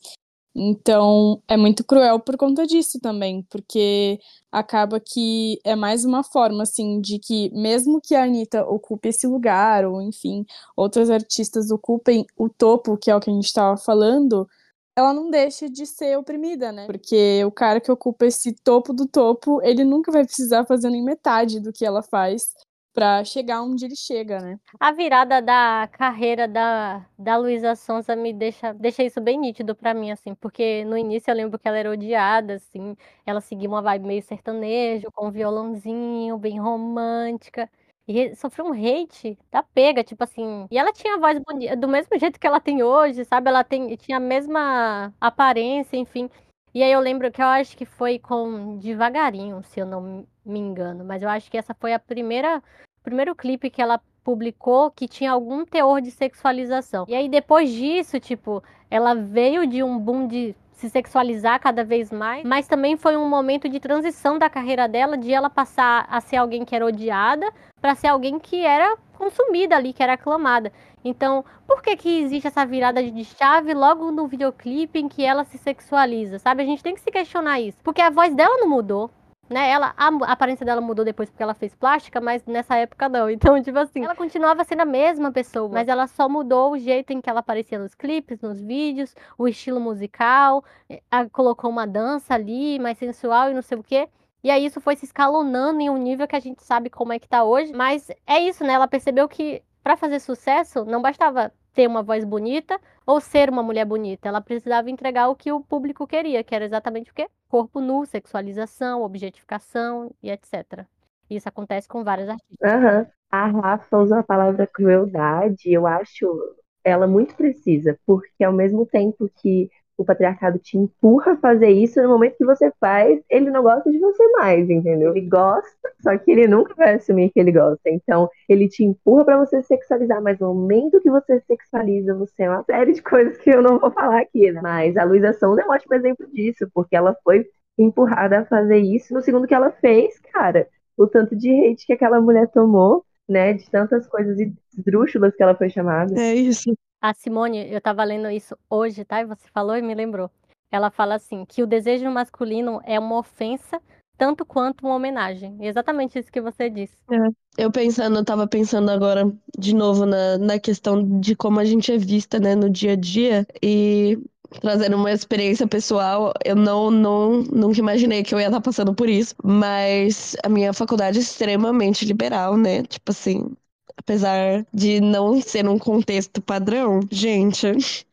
Speaker 3: Então, é muito cruel por conta disso também, porque acaba que é mais uma forma, assim, de que mesmo que a Anitta ocupe esse lugar, ou enfim, outras artistas ocupem o topo, que é o que a gente estava falando, ela não deixa de ser oprimida, né? Porque o cara que ocupa esse topo do topo, ele nunca vai precisar fazer nem metade do que ela faz pra chegar onde ele chega, né?
Speaker 1: A virada da carreira da, da Luísa Sonza me deixa, deixa isso bem nítido pra mim, assim, porque no início eu lembro que ela era odiada, assim, ela seguia uma vibe meio sertanejo, com um violãozinho, bem romântica, e sofreu um hate da pega, tipo assim, e ela tinha a voz bonita, do mesmo jeito que ela tem hoje, sabe, ela tem, tinha a mesma aparência, enfim, e aí eu lembro que eu acho que foi com Devagarinho, se eu não me engano, mas eu acho que essa foi a primeira o primeiro clipe que ela publicou que tinha algum teor de sexualização. E aí, depois disso, tipo, ela veio de um boom de se sexualizar cada vez mais, mas também foi um momento de transição da carreira dela, de ela passar a ser alguém que era odiada para ser alguém que era consumida ali, que era aclamada. Então, por que que existe essa virada de chave logo no videoclipe em que ela se sexualiza, sabe? A gente tem que se questionar isso, porque a voz dela não mudou. Né, ela, a, a aparência dela mudou depois porque ela fez plástica, mas nessa época não. Então, tipo assim, ela continuava sendo a mesma pessoa, mas ela só mudou o jeito em que ela aparecia nos clipes, nos vídeos, o estilo musical, a, colocou uma dança ali, mais sensual e não sei o quê. E aí isso foi se escalonando em um nível que a gente sabe como é que tá hoje. Mas é isso, né? Ela percebeu que pra fazer sucesso não bastava ter uma voz bonita ou ser uma mulher bonita. Ela precisava entregar o que o público queria, que era exatamente o quê? Corpo nu, sexualização, objetificação e etcétera. Isso acontece com várias artistas.
Speaker 4: Aham. A Rafa usa a palavra crueldade, eu acho ela muito precisa, porque ao mesmo tempo que o patriarcado te empurra a fazer isso, no momento que você faz, ele não gosta de você mais, entendeu? Ele gosta, só que ele nunca vai assumir que ele gosta. Então, ele te empurra pra você sexualizar, mas no momento que você sexualiza, você é uma série de coisas que eu não vou falar aqui, né? Mas a Luísa Sonza é um ótimo exemplo disso, porque ela foi empurrada a fazer isso. No segundo que ela fez, cara, o tanto de hate que aquela mulher tomou, né? De tantas coisas esdrúxulas que ela foi chamada.
Speaker 2: É isso.
Speaker 1: A Simone, eu tava lendo isso hoje, tá? E você falou e me lembrou. Ela fala assim, que o desejo masculino é uma ofensa tanto quanto uma homenagem. Exatamente isso que você disse.
Speaker 2: É. Eu pensando, eu tava pensando agora de novo na, na questão de como a gente é vista, né, no dia a dia. E trazendo uma experiência pessoal, eu não, não nunca imaginei que eu ia estar passando por isso. Mas a minha faculdade é extremamente liberal, né? Tipo assim, apesar de não ser um contexto padrão, gente,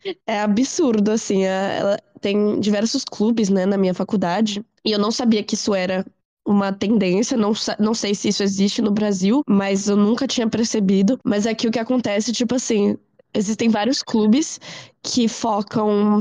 Speaker 2: é absurdo, assim. a- Ela tem diversos clubes, né, na minha faculdade. E eu não sabia que isso era uma tendência, não, sa- não sei se isso existe no Brasil, mas eu nunca tinha percebido. Mas aqui o que acontece, tipo assim, existem vários clubes que focam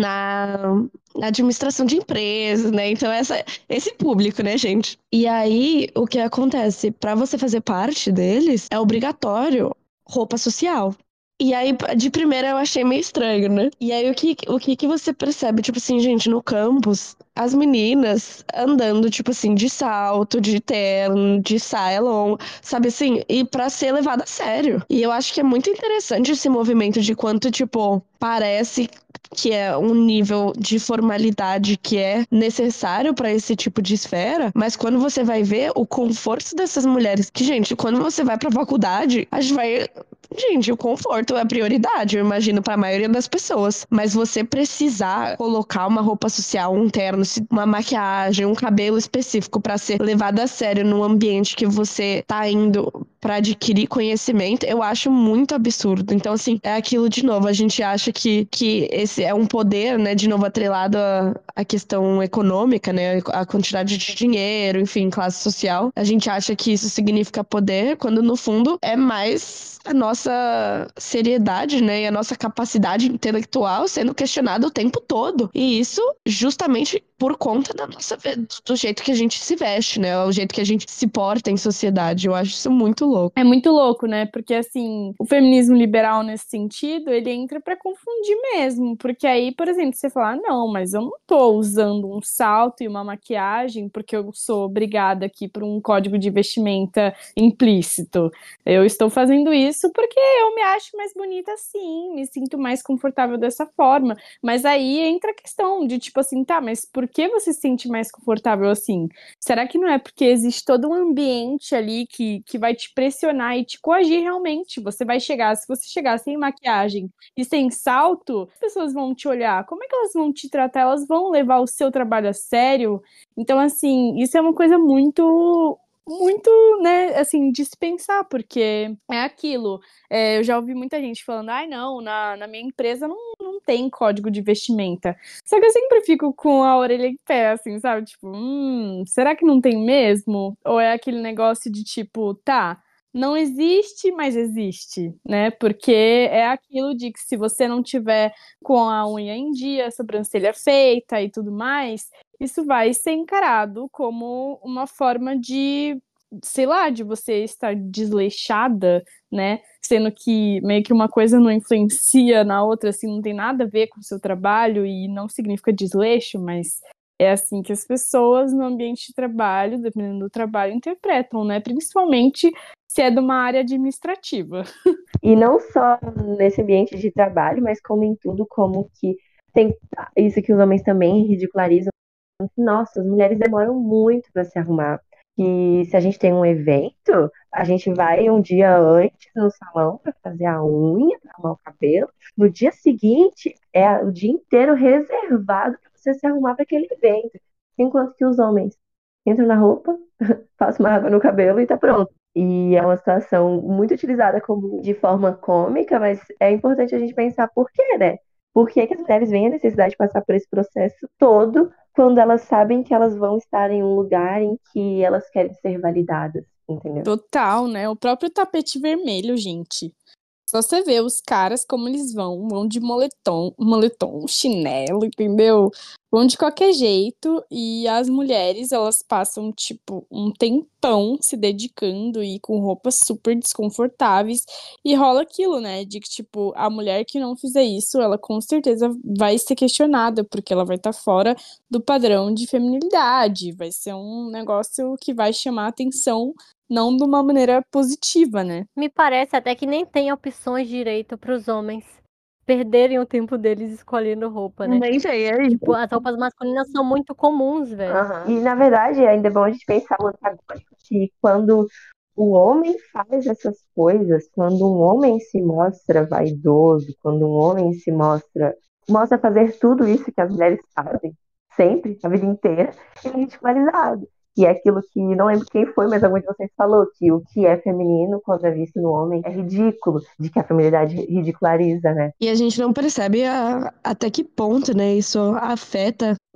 Speaker 2: na, na administração de empresas, né? Então, essa, esse público, né, gente? E aí, o que acontece? Para você fazer parte deles, é obrigatório roupa social. E aí, de primeira, eu achei meio estranho, né? E aí, o que, o que que você percebe? Tipo assim, gente, no campus, as meninas andando, tipo assim, de salto, de terno, de saia longa, sabe assim? E pra ser levada a sério. E eu acho que é muito interessante esse movimento de quanto, tipo, parece que é um nível de formalidade que é necessário pra esse tipo de esfera, mas quando você vai ver o conforto dessas mulheres, que, gente, quando você vai pra faculdade, a gente vai. Gente, o conforto é a prioridade, eu imagino, pra maioria das pessoas. Mas você precisar colocar uma roupa social, um terno, uma maquiagem, um cabelo específico pra ser levado a sério num ambiente que você tá indo pra adquirir conhecimento, eu acho muito absurdo. Então, assim, é aquilo de novo, a gente acha que, que esse é um poder, né, de novo atrelado à, à questão econômica, né, a quantidade de dinheiro, enfim, classe social. A gente acha que isso significa poder, quando no fundo é mais a nossa seriedade, né, e a nossa capacidade intelectual sendo questionada o tempo todo. E isso justamente por conta da nossa, do jeito que a gente se veste, né, o jeito que a gente se porta em sociedade. Eu acho isso muito louco.
Speaker 3: É muito louco, né? Porque, assim, o feminismo liberal, nesse sentido, ele entra pra confundir mesmo. Porque aí, por exemplo, você fala, ah, não, mas eu não tô usando um salto e uma maquiagem porque eu sou obrigada aqui por um código de vestimenta implícito. Eu estou fazendo isso porque eu me acho mais bonita assim, me sinto mais confortável dessa forma. Mas aí entra a questão de, tipo assim, tá, mas por que você se sente mais confortável assim? Será que não é porque existe todo um ambiente ali que, que vai te pressionar e te coagir realmente? Você vai chegar, se você chegar sem maquiagem e sem salto, as pessoas vão te olhar. Como é que elas vão te tratar? Elas vão levar o seu trabalho a sério? Então, assim, isso é uma coisa muito... muito, né, assim, de se pensar, porque é aquilo. É, eu já ouvi muita gente falando, ai, não, na, na minha empresa não, não tem código de vestimenta. Só que eu sempre fico com a orelha em pé, assim, sabe? Tipo, hum, será que não tem mesmo? Ou é aquele negócio de tipo, tá, não existe, mas existe, né? Porque é aquilo de que se você não tiver com a unha em dia, a sobrancelha feita e tudo mais, isso vai ser encarado como uma forma de, sei lá, de você estar desleixada, né? Sendo que meio que uma coisa não influencia na outra, assim, não tem nada a ver com o seu trabalho e não significa desleixo, mas é assim que as pessoas no ambiente de trabalho, dependendo do trabalho, interpretam, né? Principalmente se é de uma área administrativa.
Speaker 4: E não só nesse ambiente de trabalho, mas como em tudo, como que tem isso que os homens também ridicularizam. Nossa, as mulheres demoram muito para se arrumar. E se a gente tem um evento, a gente vai um dia antes no salão para fazer a unha, para arrumar o cabelo. No dia seguinte, é o dia inteiro reservado para você se arrumar para aquele evento. Enquanto que os homens entram na roupa, passam uma água no cabelo e tá pronto. E é uma situação muito utilizada como de forma cômica, mas é importante a gente pensar por quê, né? Por que que as mulheres veem a necessidade de passar por esse processo todo quando elas sabem que elas vão estar em um lugar em que elas querem ser validadas, entendeu?
Speaker 3: Total, né? O próprio tapete vermelho, gente. Só você vê os caras como eles vão, vão de moletom, moletom, chinelo, entendeu? Vão de qualquer jeito e as mulheres, elas passam, tipo, um tempão se dedicando e com roupas super desconfortáveis e rola aquilo, né, de que, tipo, a mulher que não fizer isso, ela com certeza vai ser questionada, porque ela vai estar fora do padrão de feminilidade, vai ser um negócio que vai chamar atenção não de uma maneira positiva, né?
Speaker 1: Me parece até que nem tem opções direito para os homens perderem o tempo deles escolhendo roupa, né?
Speaker 2: Nem sei, é isso.
Speaker 1: Tipo, as roupas masculinas são muito comuns, velho.
Speaker 4: Uhum. E, na verdade, ainda é bom a gente pensar o antagônico, que quando o homem faz essas coisas, quando um homem se mostra vaidoso, quando um homem se mostra, mostra fazer tudo isso que as mulheres fazem, sempre, a vida inteira, ele é ridicularizado. E é aquilo que, não lembro quem foi, mas algum de vocês falou, que o que é feminino, quando é visto no homem, é ridículo, de que a feminilidade ridiculariza, né?
Speaker 2: E a gente não percebe a- até que ponto, né, isso afeta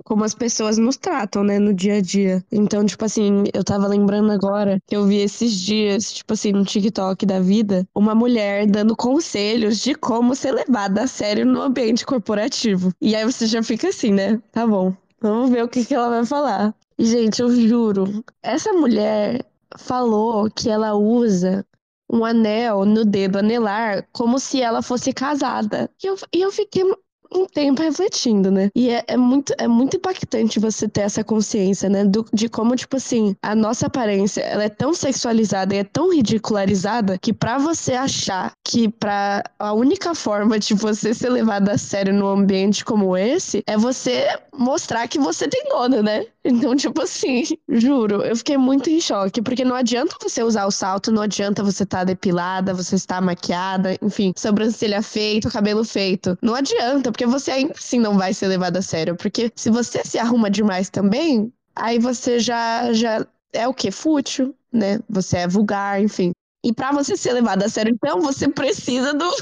Speaker 2: como as pessoas nos tratam, né, no dia a dia. Então, tipo assim, eu tava lembrando agora que eu vi esses dias, tipo assim, no TikTok da vida, uma mulher dando conselhos de como ser levada a sério no ambiente corporativo. E aí você já fica assim, né? Tá bom, vamos ver o que que ela vai falar. E, gente, eu juro, essa mulher falou que ela usa um anel no dedo anelar como se ela fosse casada. E eu, e eu fiquei um tempo refletindo, né? E é, é muito, é muito impactante você ter essa consciência, né? Do- de como, tipo assim, a nossa aparência, ela é tão sexualizada e é tão ridicularizada que pra você achar que pra a única forma de você ser levado a sério num ambiente como esse é você mostrar que você tem dono, né? Então, tipo assim, juro, eu fiquei muito em choque, porque não adianta você usar o salto, não adianta você estar depilada, você estar maquiada, enfim, sobrancelha feita, cabelo feito. Não adianta, porque você ainda assim não vai ser levado a sério, porque se você se arruma demais também, aí você já, já é o quê? Fútil, né? Você é vulgar, enfim. E pra você ser levado a sério, então, você precisa do,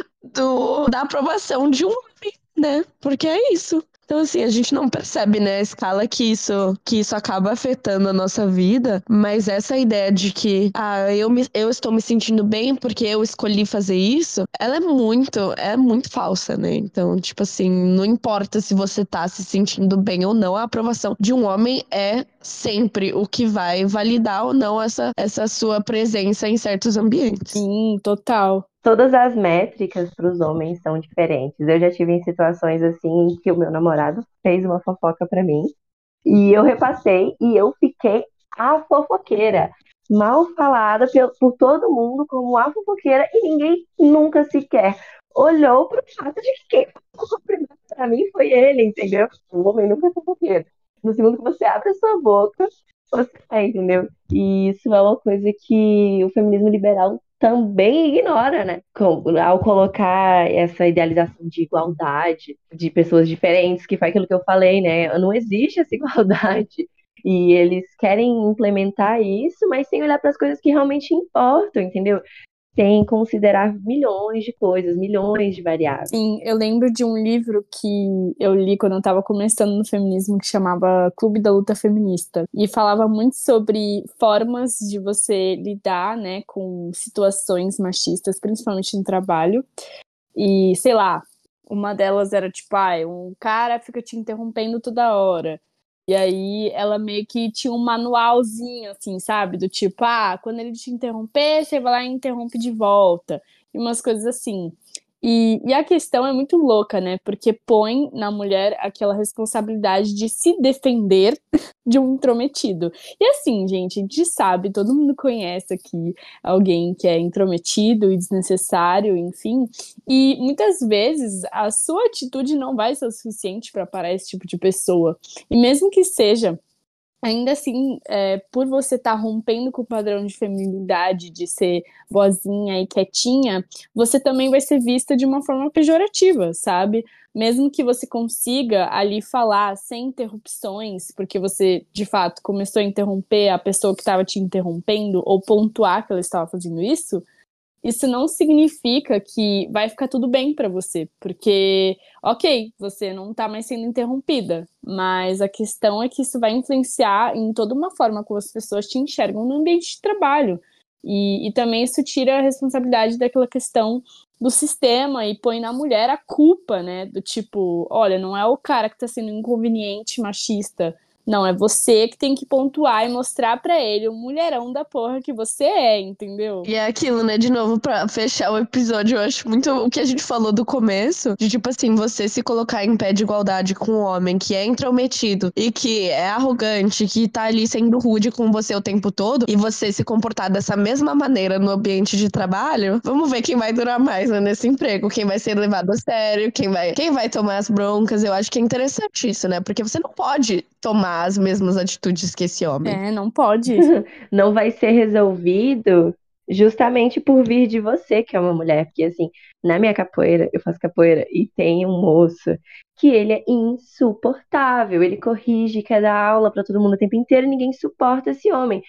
Speaker 2: do, da aprovação de um homem, né? Porque é isso. Então, assim, a gente não percebe, né, a escala que isso, que isso acaba afetando a nossa vida, mas essa ideia de que, ah, eu, me, eu estou me sentindo bem porque eu escolhi fazer isso, ela é muito, é muito falsa, né? Então, tipo assim, não importa se você tá se sentindo bem ou não, a aprovação de um homem é sempre o que vai validar ou não essa, essa sua presença em certos ambientes.
Speaker 3: Sim, total.
Speaker 4: Todas as métricas para os homens são diferentes. Eu já tive em situações assim em que o meu namorado fez uma fofoca para mim e eu repassei e eu fiquei a fofoqueira, mal falada por, por todo mundo como a fofoqueira e ninguém nunca sequer olhou para o fato de que quem fofocou primeiro para mim foi ele, entendeu? O homem nunca é fofoqueiro. No segundo que você abre a sua boca, você é, entendeu? E isso é uma coisa que o feminismo liberal também ignora, né? Com- Ao colocar essa idealização de igualdade, de pessoas diferentes, que foi aquilo que eu falei, né? Não existe essa igualdade. E eles querem implementar isso, mas sem olhar para as coisas que realmente importam, entendeu? Sem considerar milhões de coisas, milhões de variáveis.
Speaker 3: Sim, eu lembro de um livro que eu li quando eu estava começando no feminismo, que chamava Clube da Luta Feminista, e falava muito sobre formas de você lidar, né, com situações machistas, principalmente no trabalho. E, sei lá, uma delas era tipo, ah, um cara fica te interrompendo toda hora. E aí ela meio que tinha um manualzinho, assim, sabe? Do tipo, ah, quando ele te interromper, você vai lá e interrompe de volta. E umas coisas assim. E, e a questão é muito louca, né? Porque põe na mulher aquela responsabilidade de se defender de um intrometido. E assim, gente, a gente sabe, todo mundo conhece aqui alguém que é intrometido e desnecessário, enfim. E muitas vezes a sua atitude não vai ser o suficiente para parar esse tipo de pessoa. E mesmo que seja, ainda assim, é, por você estar tá rompendo com o padrão de feminilidade, de ser boazinha e quietinha, você também vai ser vista de uma forma pejorativa, sabe? Mesmo que você consiga ali falar sem interrupções, porque você, de fato, começou a interromper a pessoa que estava te interrompendo, ou pontuar que ela estava fazendo isso, isso não significa que vai ficar tudo bem pra você, porque, ok, você não tá mais sendo interrompida, mas a questão é que isso vai influenciar em toda uma forma como as pessoas te enxergam no ambiente de trabalho. E, e também isso tira a responsabilidade daquela questão do sistema e põe na mulher a culpa, né? Do tipo, olha, não é o cara que tá sendo inconveniente, machista. Não, é você que tem que pontuar e mostrar pra ele o mulherão da porra que você é, entendeu?
Speaker 2: E é aquilo, né? De novo, pra fechar o episódio, eu acho muito o que a gente falou do começo, de tipo assim, você se colocar em pé de igualdade com um homem que é intrometido e que é arrogante, que tá ali sendo rude com você o tempo todo, e você se comportar dessa mesma maneira no ambiente de trabalho, vamos ver quem vai durar mais, né, nesse emprego, quem vai ser levado a sério, quem vai, quem vai tomar as broncas. Eu acho que é interessante isso, né? Porque você não pode tomar as mesmas atitudes que esse homem.
Speaker 3: É, não pode.
Speaker 4: Não vai ser resolvido justamente por vir de você, que é uma mulher. Porque, assim, na minha capoeira, eu faço capoeira e tem um moço que ele é insuportável. Ele corrige, quer dar aula pra todo mundo o tempo inteiro e ninguém suporta esse homem.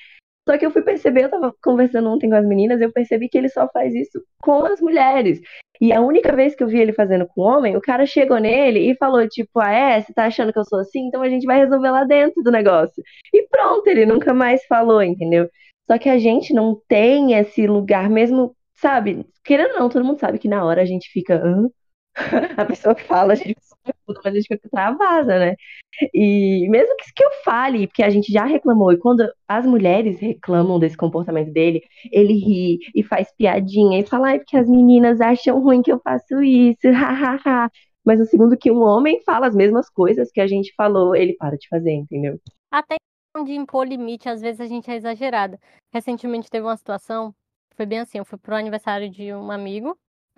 Speaker 4: Só que eu fui perceber, eu tava conversando ontem com as meninas, eu percebi que ele só faz isso com as mulheres. E a única vez que eu vi ele fazendo com homem, o cara chegou nele e falou, tipo, ah, é? Você tá achando que eu sou assim? Então a gente vai resolver lá dentro do negócio. E pronto, ele nunca mais falou, entendeu? Só que a gente não tem esse lugar mesmo, sabe? Querendo ou não, todo mundo sabe que na hora a gente fica, hã? A pessoa fala, a gente fica, mas a gente fica travada, né? E mesmo que, que eu fale, porque a gente já reclamou, e quando as mulheres reclamam desse comportamento dele, ele ri e faz piadinha e fala, ai, porque as meninas acham ruim que eu faço isso, hahaha. Mas no segundo que um homem fala as mesmas coisas que a gente falou, ele para de fazer, entendeu?
Speaker 1: Até questão de impor limite, às vezes a gente é exagerada. Recentemente teve uma situação, foi bem assim, eu fui pro aniversário de um amigo,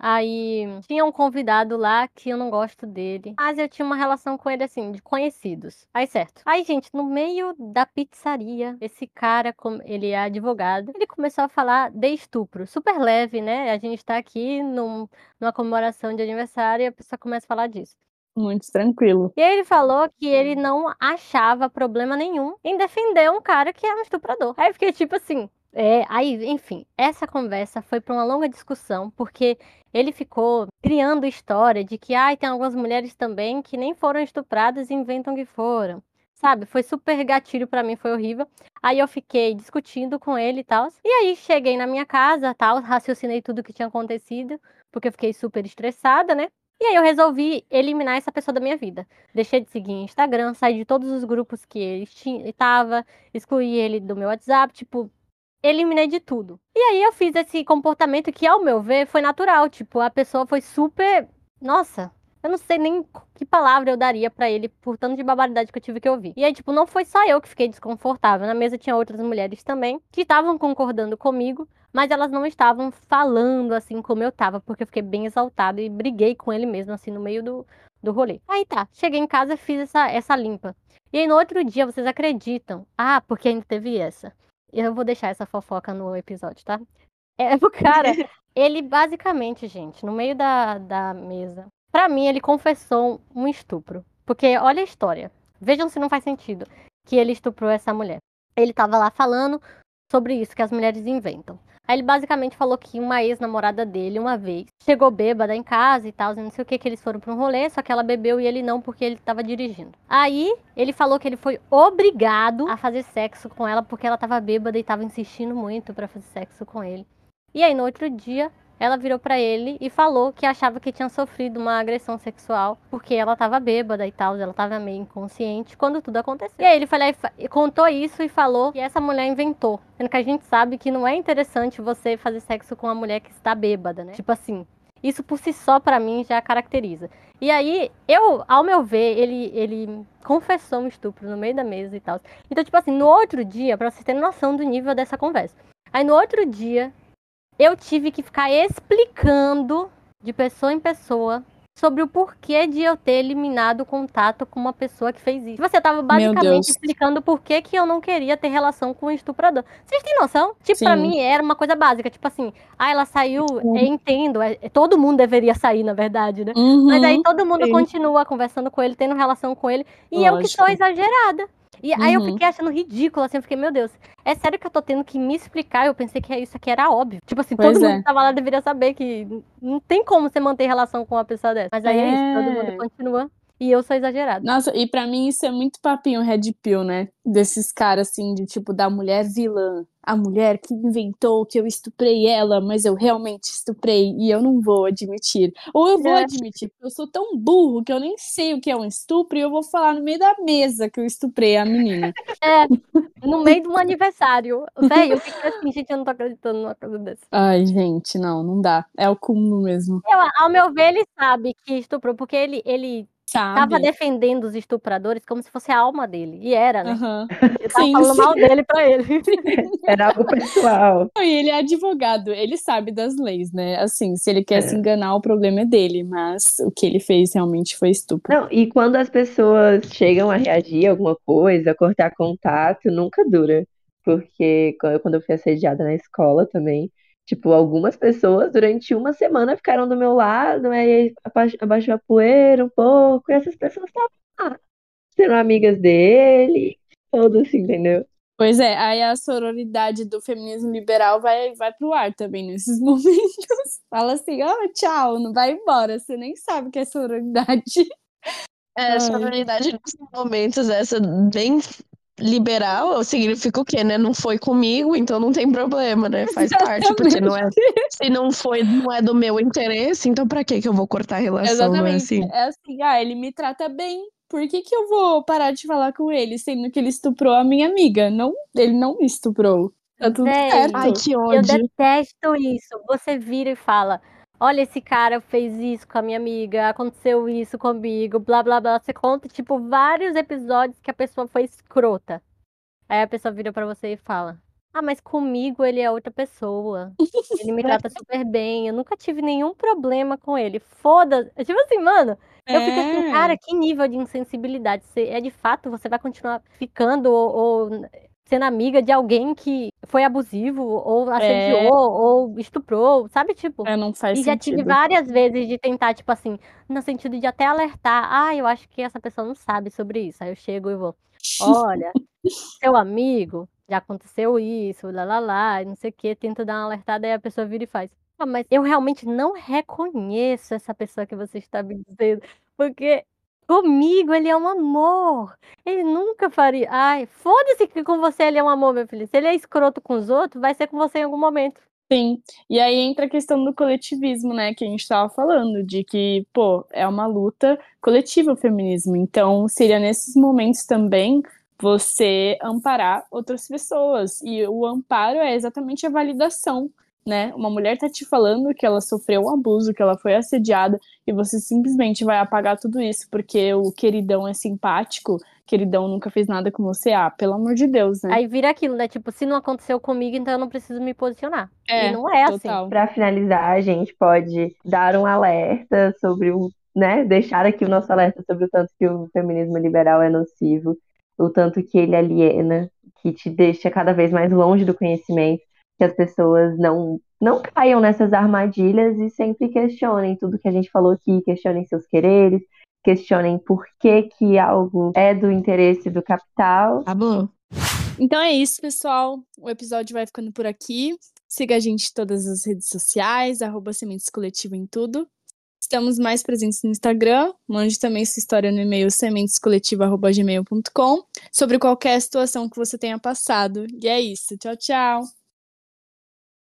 Speaker 1: aí tinha um convidado lá que eu não gosto dele, mas eu tinha uma relação com ele assim, de conhecidos. Aí certo. Aí, gente, no meio da pizzaria, esse cara, como ele é advogado, ele começou a falar de estupro, super leve, né? A gente tá aqui num, numa comemoração de aniversário e a pessoa começa a falar disso.
Speaker 3: Muito tranquilo.
Speaker 1: E aí ele falou que ele não achava problema nenhum em defender um cara que é um estuprador. Aí eu fiquei tipo assim, é, aí, enfim, essa conversa foi para uma longa discussão, porque ele ficou criando história de que, ai, tem algumas mulheres também que nem foram estupradas e inventam que foram. Sabe, foi super gatilho pra mim, foi horrível. Aí eu fiquei discutindo com ele e tal. E aí cheguei na minha casa, tal, raciocinei tudo que tinha acontecido, porque eu fiquei super estressada, né? E aí eu resolvi eliminar essa pessoa da minha vida. Deixei de seguir em Instagram, saí de todos os grupos que ele estava, excluí ele do meu WhatsApp, tipo, eliminei de tudo. E aí eu fiz esse comportamento que, ao meu ver, foi natural. Tipo, a pessoa foi super... Nossa, eu não sei nem que palavra eu daria pra ele por tanto de barbaridade que eu tive que ouvir. E aí, tipo, não foi só eu que fiquei desconfortável. Na mesa tinha outras mulheres também que estavam concordando comigo, mas elas não estavam falando assim como eu tava, porque eu fiquei bem exaltada e briguei com ele mesmo, assim, no meio do, do rolê. Aí tá, cheguei em casa e fiz essa, essa limpa. E aí no outro dia, vocês acreditam? Ah, porque ainda teve essa. Eu vou deixar essa fofoca no episódio, tá? É, o cara, ele basicamente, gente, no meio da, da mesa, pra mim, ele confessou um estupro. Porque olha a história. Vejam se não faz sentido que ele estuprou essa mulher. Ele tava lá falando sobre isso que as mulheres inventam. Aí ele basicamente falou que uma ex-namorada dele, uma vez, chegou bêbada em casa e tal, não sei o que, que eles foram pra um rolê, só que ela bebeu e ele não, porque ele tava dirigindo. Aí, ele falou que ele foi obrigado a fazer sexo com ela, porque ela tava bêbada e tava insistindo muito pra fazer sexo com ele. E aí, no outro dia, ela virou pra ele e falou que achava que tinha sofrido uma agressão sexual porque ela tava bêbada e tal, ela tava meio inconsciente quando tudo aconteceu. E aí ele foi lá e contou isso e falou que essa mulher inventou. Sendo que a gente sabe que não é interessante você fazer sexo com uma mulher que está bêbada, né? Tipo assim, isso por si só pra mim já caracteriza. E aí, eu, ao meu ver, ele, ele confessou um estupro no meio da mesa e tal. Então, tipo assim, no outro dia, pra vocês terem noção do nível dessa conversa. Aí no outro dia, eu tive que ficar explicando de pessoa em pessoa sobre o porquê de eu ter eliminado o contato com uma pessoa que fez isso. Você tava basicamente explicando o porquê que eu não queria ter relação com um estuprador. Vocês têm noção? Tipo, Sim. Pra mim era uma coisa básica. Tipo assim, ah, ela saiu, uhum. Eu entendo. É, todo mundo deveria sair, na verdade, né?
Speaker 3: Uhum.
Speaker 1: Mas aí todo mundo Sim. continua conversando com ele, tendo relação com ele. E Lógico. Eu que sou exagerada. E aí uhum. eu fiquei achando ridículo, assim, eu fiquei, meu Deus, é sério que eu tô tendo que me explicar? Eu pensei que isso aqui era óbvio. Tipo assim, pois todo é. mundo que tava lá deveria saber que não tem como você manter relação com uma pessoa dessa. Mas aí é, é isso, todo mundo continua. E eu sou exagerada.
Speaker 3: Nossa, e pra mim isso é muito papinho red pill, né? Desses caras, assim, de tipo, da mulher vilã. A mulher que inventou que eu estuprei ela, mas eu realmente estuprei e eu não vou admitir. Ou eu vou é. admitir, porque eu sou tão burro que eu nem sei o que é um estupro e eu vou falar no meio da mesa que eu estuprei a menina.
Speaker 1: É, no meio de um aniversário. Véi, eu fiquei assim, gente, eu não tô acreditando numa coisa dessa.
Speaker 3: Ai, gente, não, não dá. É o cúmulo mesmo.
Speaker 1: Eu, ao meu ver, ele sabe que estuprou, porque ele... ele... Sabe. Tava defendendo os estupradores como se fosse a alma dele. E era, né?
Speaker 3: Uhum.
Speaker 1: Eu tava
Speaker 3: sim,
Speaker 1: falando
Speaker 3: sim.
Speaker 1: mal dele pra ele.
Speaker 4: Era algo pessoal.
Speaker 3: E ele é advogado, ele sabe das leis, né? Assim, se ele quer é. se enganar, o problema é dele. Mas o que ele fez realmente foi estupro.
Speaker 4: Não, e quando as pessoas chegam a reagir a alguma coisa, a cortar contato, nunca dura. Porque quando eu fui assediada na escola também, tipo, algumas pessoas durante uma semana ficaram do meu lado, aí abaixou a poeira um pouco, e essas pessoas estavam lá, sendo amigas dele, todos, assim, entendeu?
Speaker 3: Pois é, aí a sororidade do feminismo liberal vai, vai pro ar também nesses momentos. Fala assim, ó, oh, tchau, não vai embora, você nem sabe o que é sororidade.
Speaker 2: É, sororidade nesses momentos, essa bem liberal, significa o quê, né? Não foi comigo, então não tem problema, né? Faz parte, porque não é, se não foi, não é do meu interesse, então pra que que eu vou cortar a relação, não é
Speaker 3: Exatamente.
Speaker 2: assim?
Speaker 3: É assim, ah, ele me trata bem, por que que eu vou parar de falar com ele, sendo que ele estuprou a minha amiga? Não, ele não me estuprou. Tá tudo
Speaker 1: Véi,
Speaker 3: certo.
Speaker 2: Ai, que
Speaker 1: eu
Speaker 2: ódio.
Speaker 1: detesto isso. Você vira e fala: olha, esse cara fez isso com a minha amiga, aconteceu isso comigo, blá blá blá. Você conta, tipo, vários episódios que a pessoa foi escrota. Aí a pessoa vira pra você e fala: ah, mas comigo ele é outra pessoa. Ele me trata super bem. Eu nunca tive nenhum problema com ele. Foda-se. Tipo assim, mano. Eu fico assim, cara,
Speaker 3: É.
Speaker 1: que nível de insensibilidade. Você, é de fato, você vai continuar ficando ou, ou sendo amiga de alguém que foi abusivo, ou assediou,
Speaker 3: É.
Speaker 1: ou estuprou, sabe? Tipo.
Speaker 3: É, não faz
Speaker 1: E já tive
Speaker 3: sentido.
Speaker 1: várias vezes de tentar, tipo assim, no sentido de até alertar. Ah, eu acho que essa pessoa não sabe sobre isso. Aí eu chego e vou: olha, seu amigo, já aconteceu isso, lá lá lá, e não sei o que, tenta dar uma alertada, aí a pessoa vira e faz: ah, mas eu realmente não reconheço essa pessoa que você está me dizendo, porque comigo ele é um amor. Ele nunca faria. Ai, foda-se que com você ele é um amor, meu filho. Se ele é escroto com os outros, vai ser com você em algum momento.
Speaker 3: Sim, e aí entra a questão do coletivismo, né, que a gente tava falando, de que, pô, é uma luta coletiva o feminismo, então seria nesses momentos também você amparar outras pessoas, e o amparo é exatamente a validação, né, uma mulher tá te falando que ela sofreu um abuso, que ela foi assediada, e você simplesmente vai apagar tudo isso porque o queridão é simpático, queridão nunca fez nada com você, ah, pelo amor de Deus, né.
Speaker 1: Aí vira aquilo, né? Tipo, se não aconteceu comigo, então eu não preciso me posicionar.
Speaker 3: É,
Speaker 1: e não é assim.
Speaker 3: total.
Speaker 4: Para finalizar, a gente pode dar um alerta sobre o, né, deixar aqui o nosso alerta sobre o tanto que o feminismo liberal é nocivo, o tanto que ele aliena, que te deixa cada vez mais longe do conhecimento, que as pessoas não não caiam nessas armadilhas e sempre questionem tudo que a gente falou aqui, questionem seus quereres, questionem por que que algo é do interesse do capital.
Speaker 2: Tá bom.
Speaker 3: Então é isso, pessoal. O episódio vai ficando por aqui. Siga a gente em todas as redes sociais, arroba Sementes Coletivo em tudo. Estamos mais presentes no Instagram. Mande também sua história no e-mail sementescoletivo arroba gmail ponto com sobre qualquer situação que você tenha passado. E é isso. Tchau, tchau!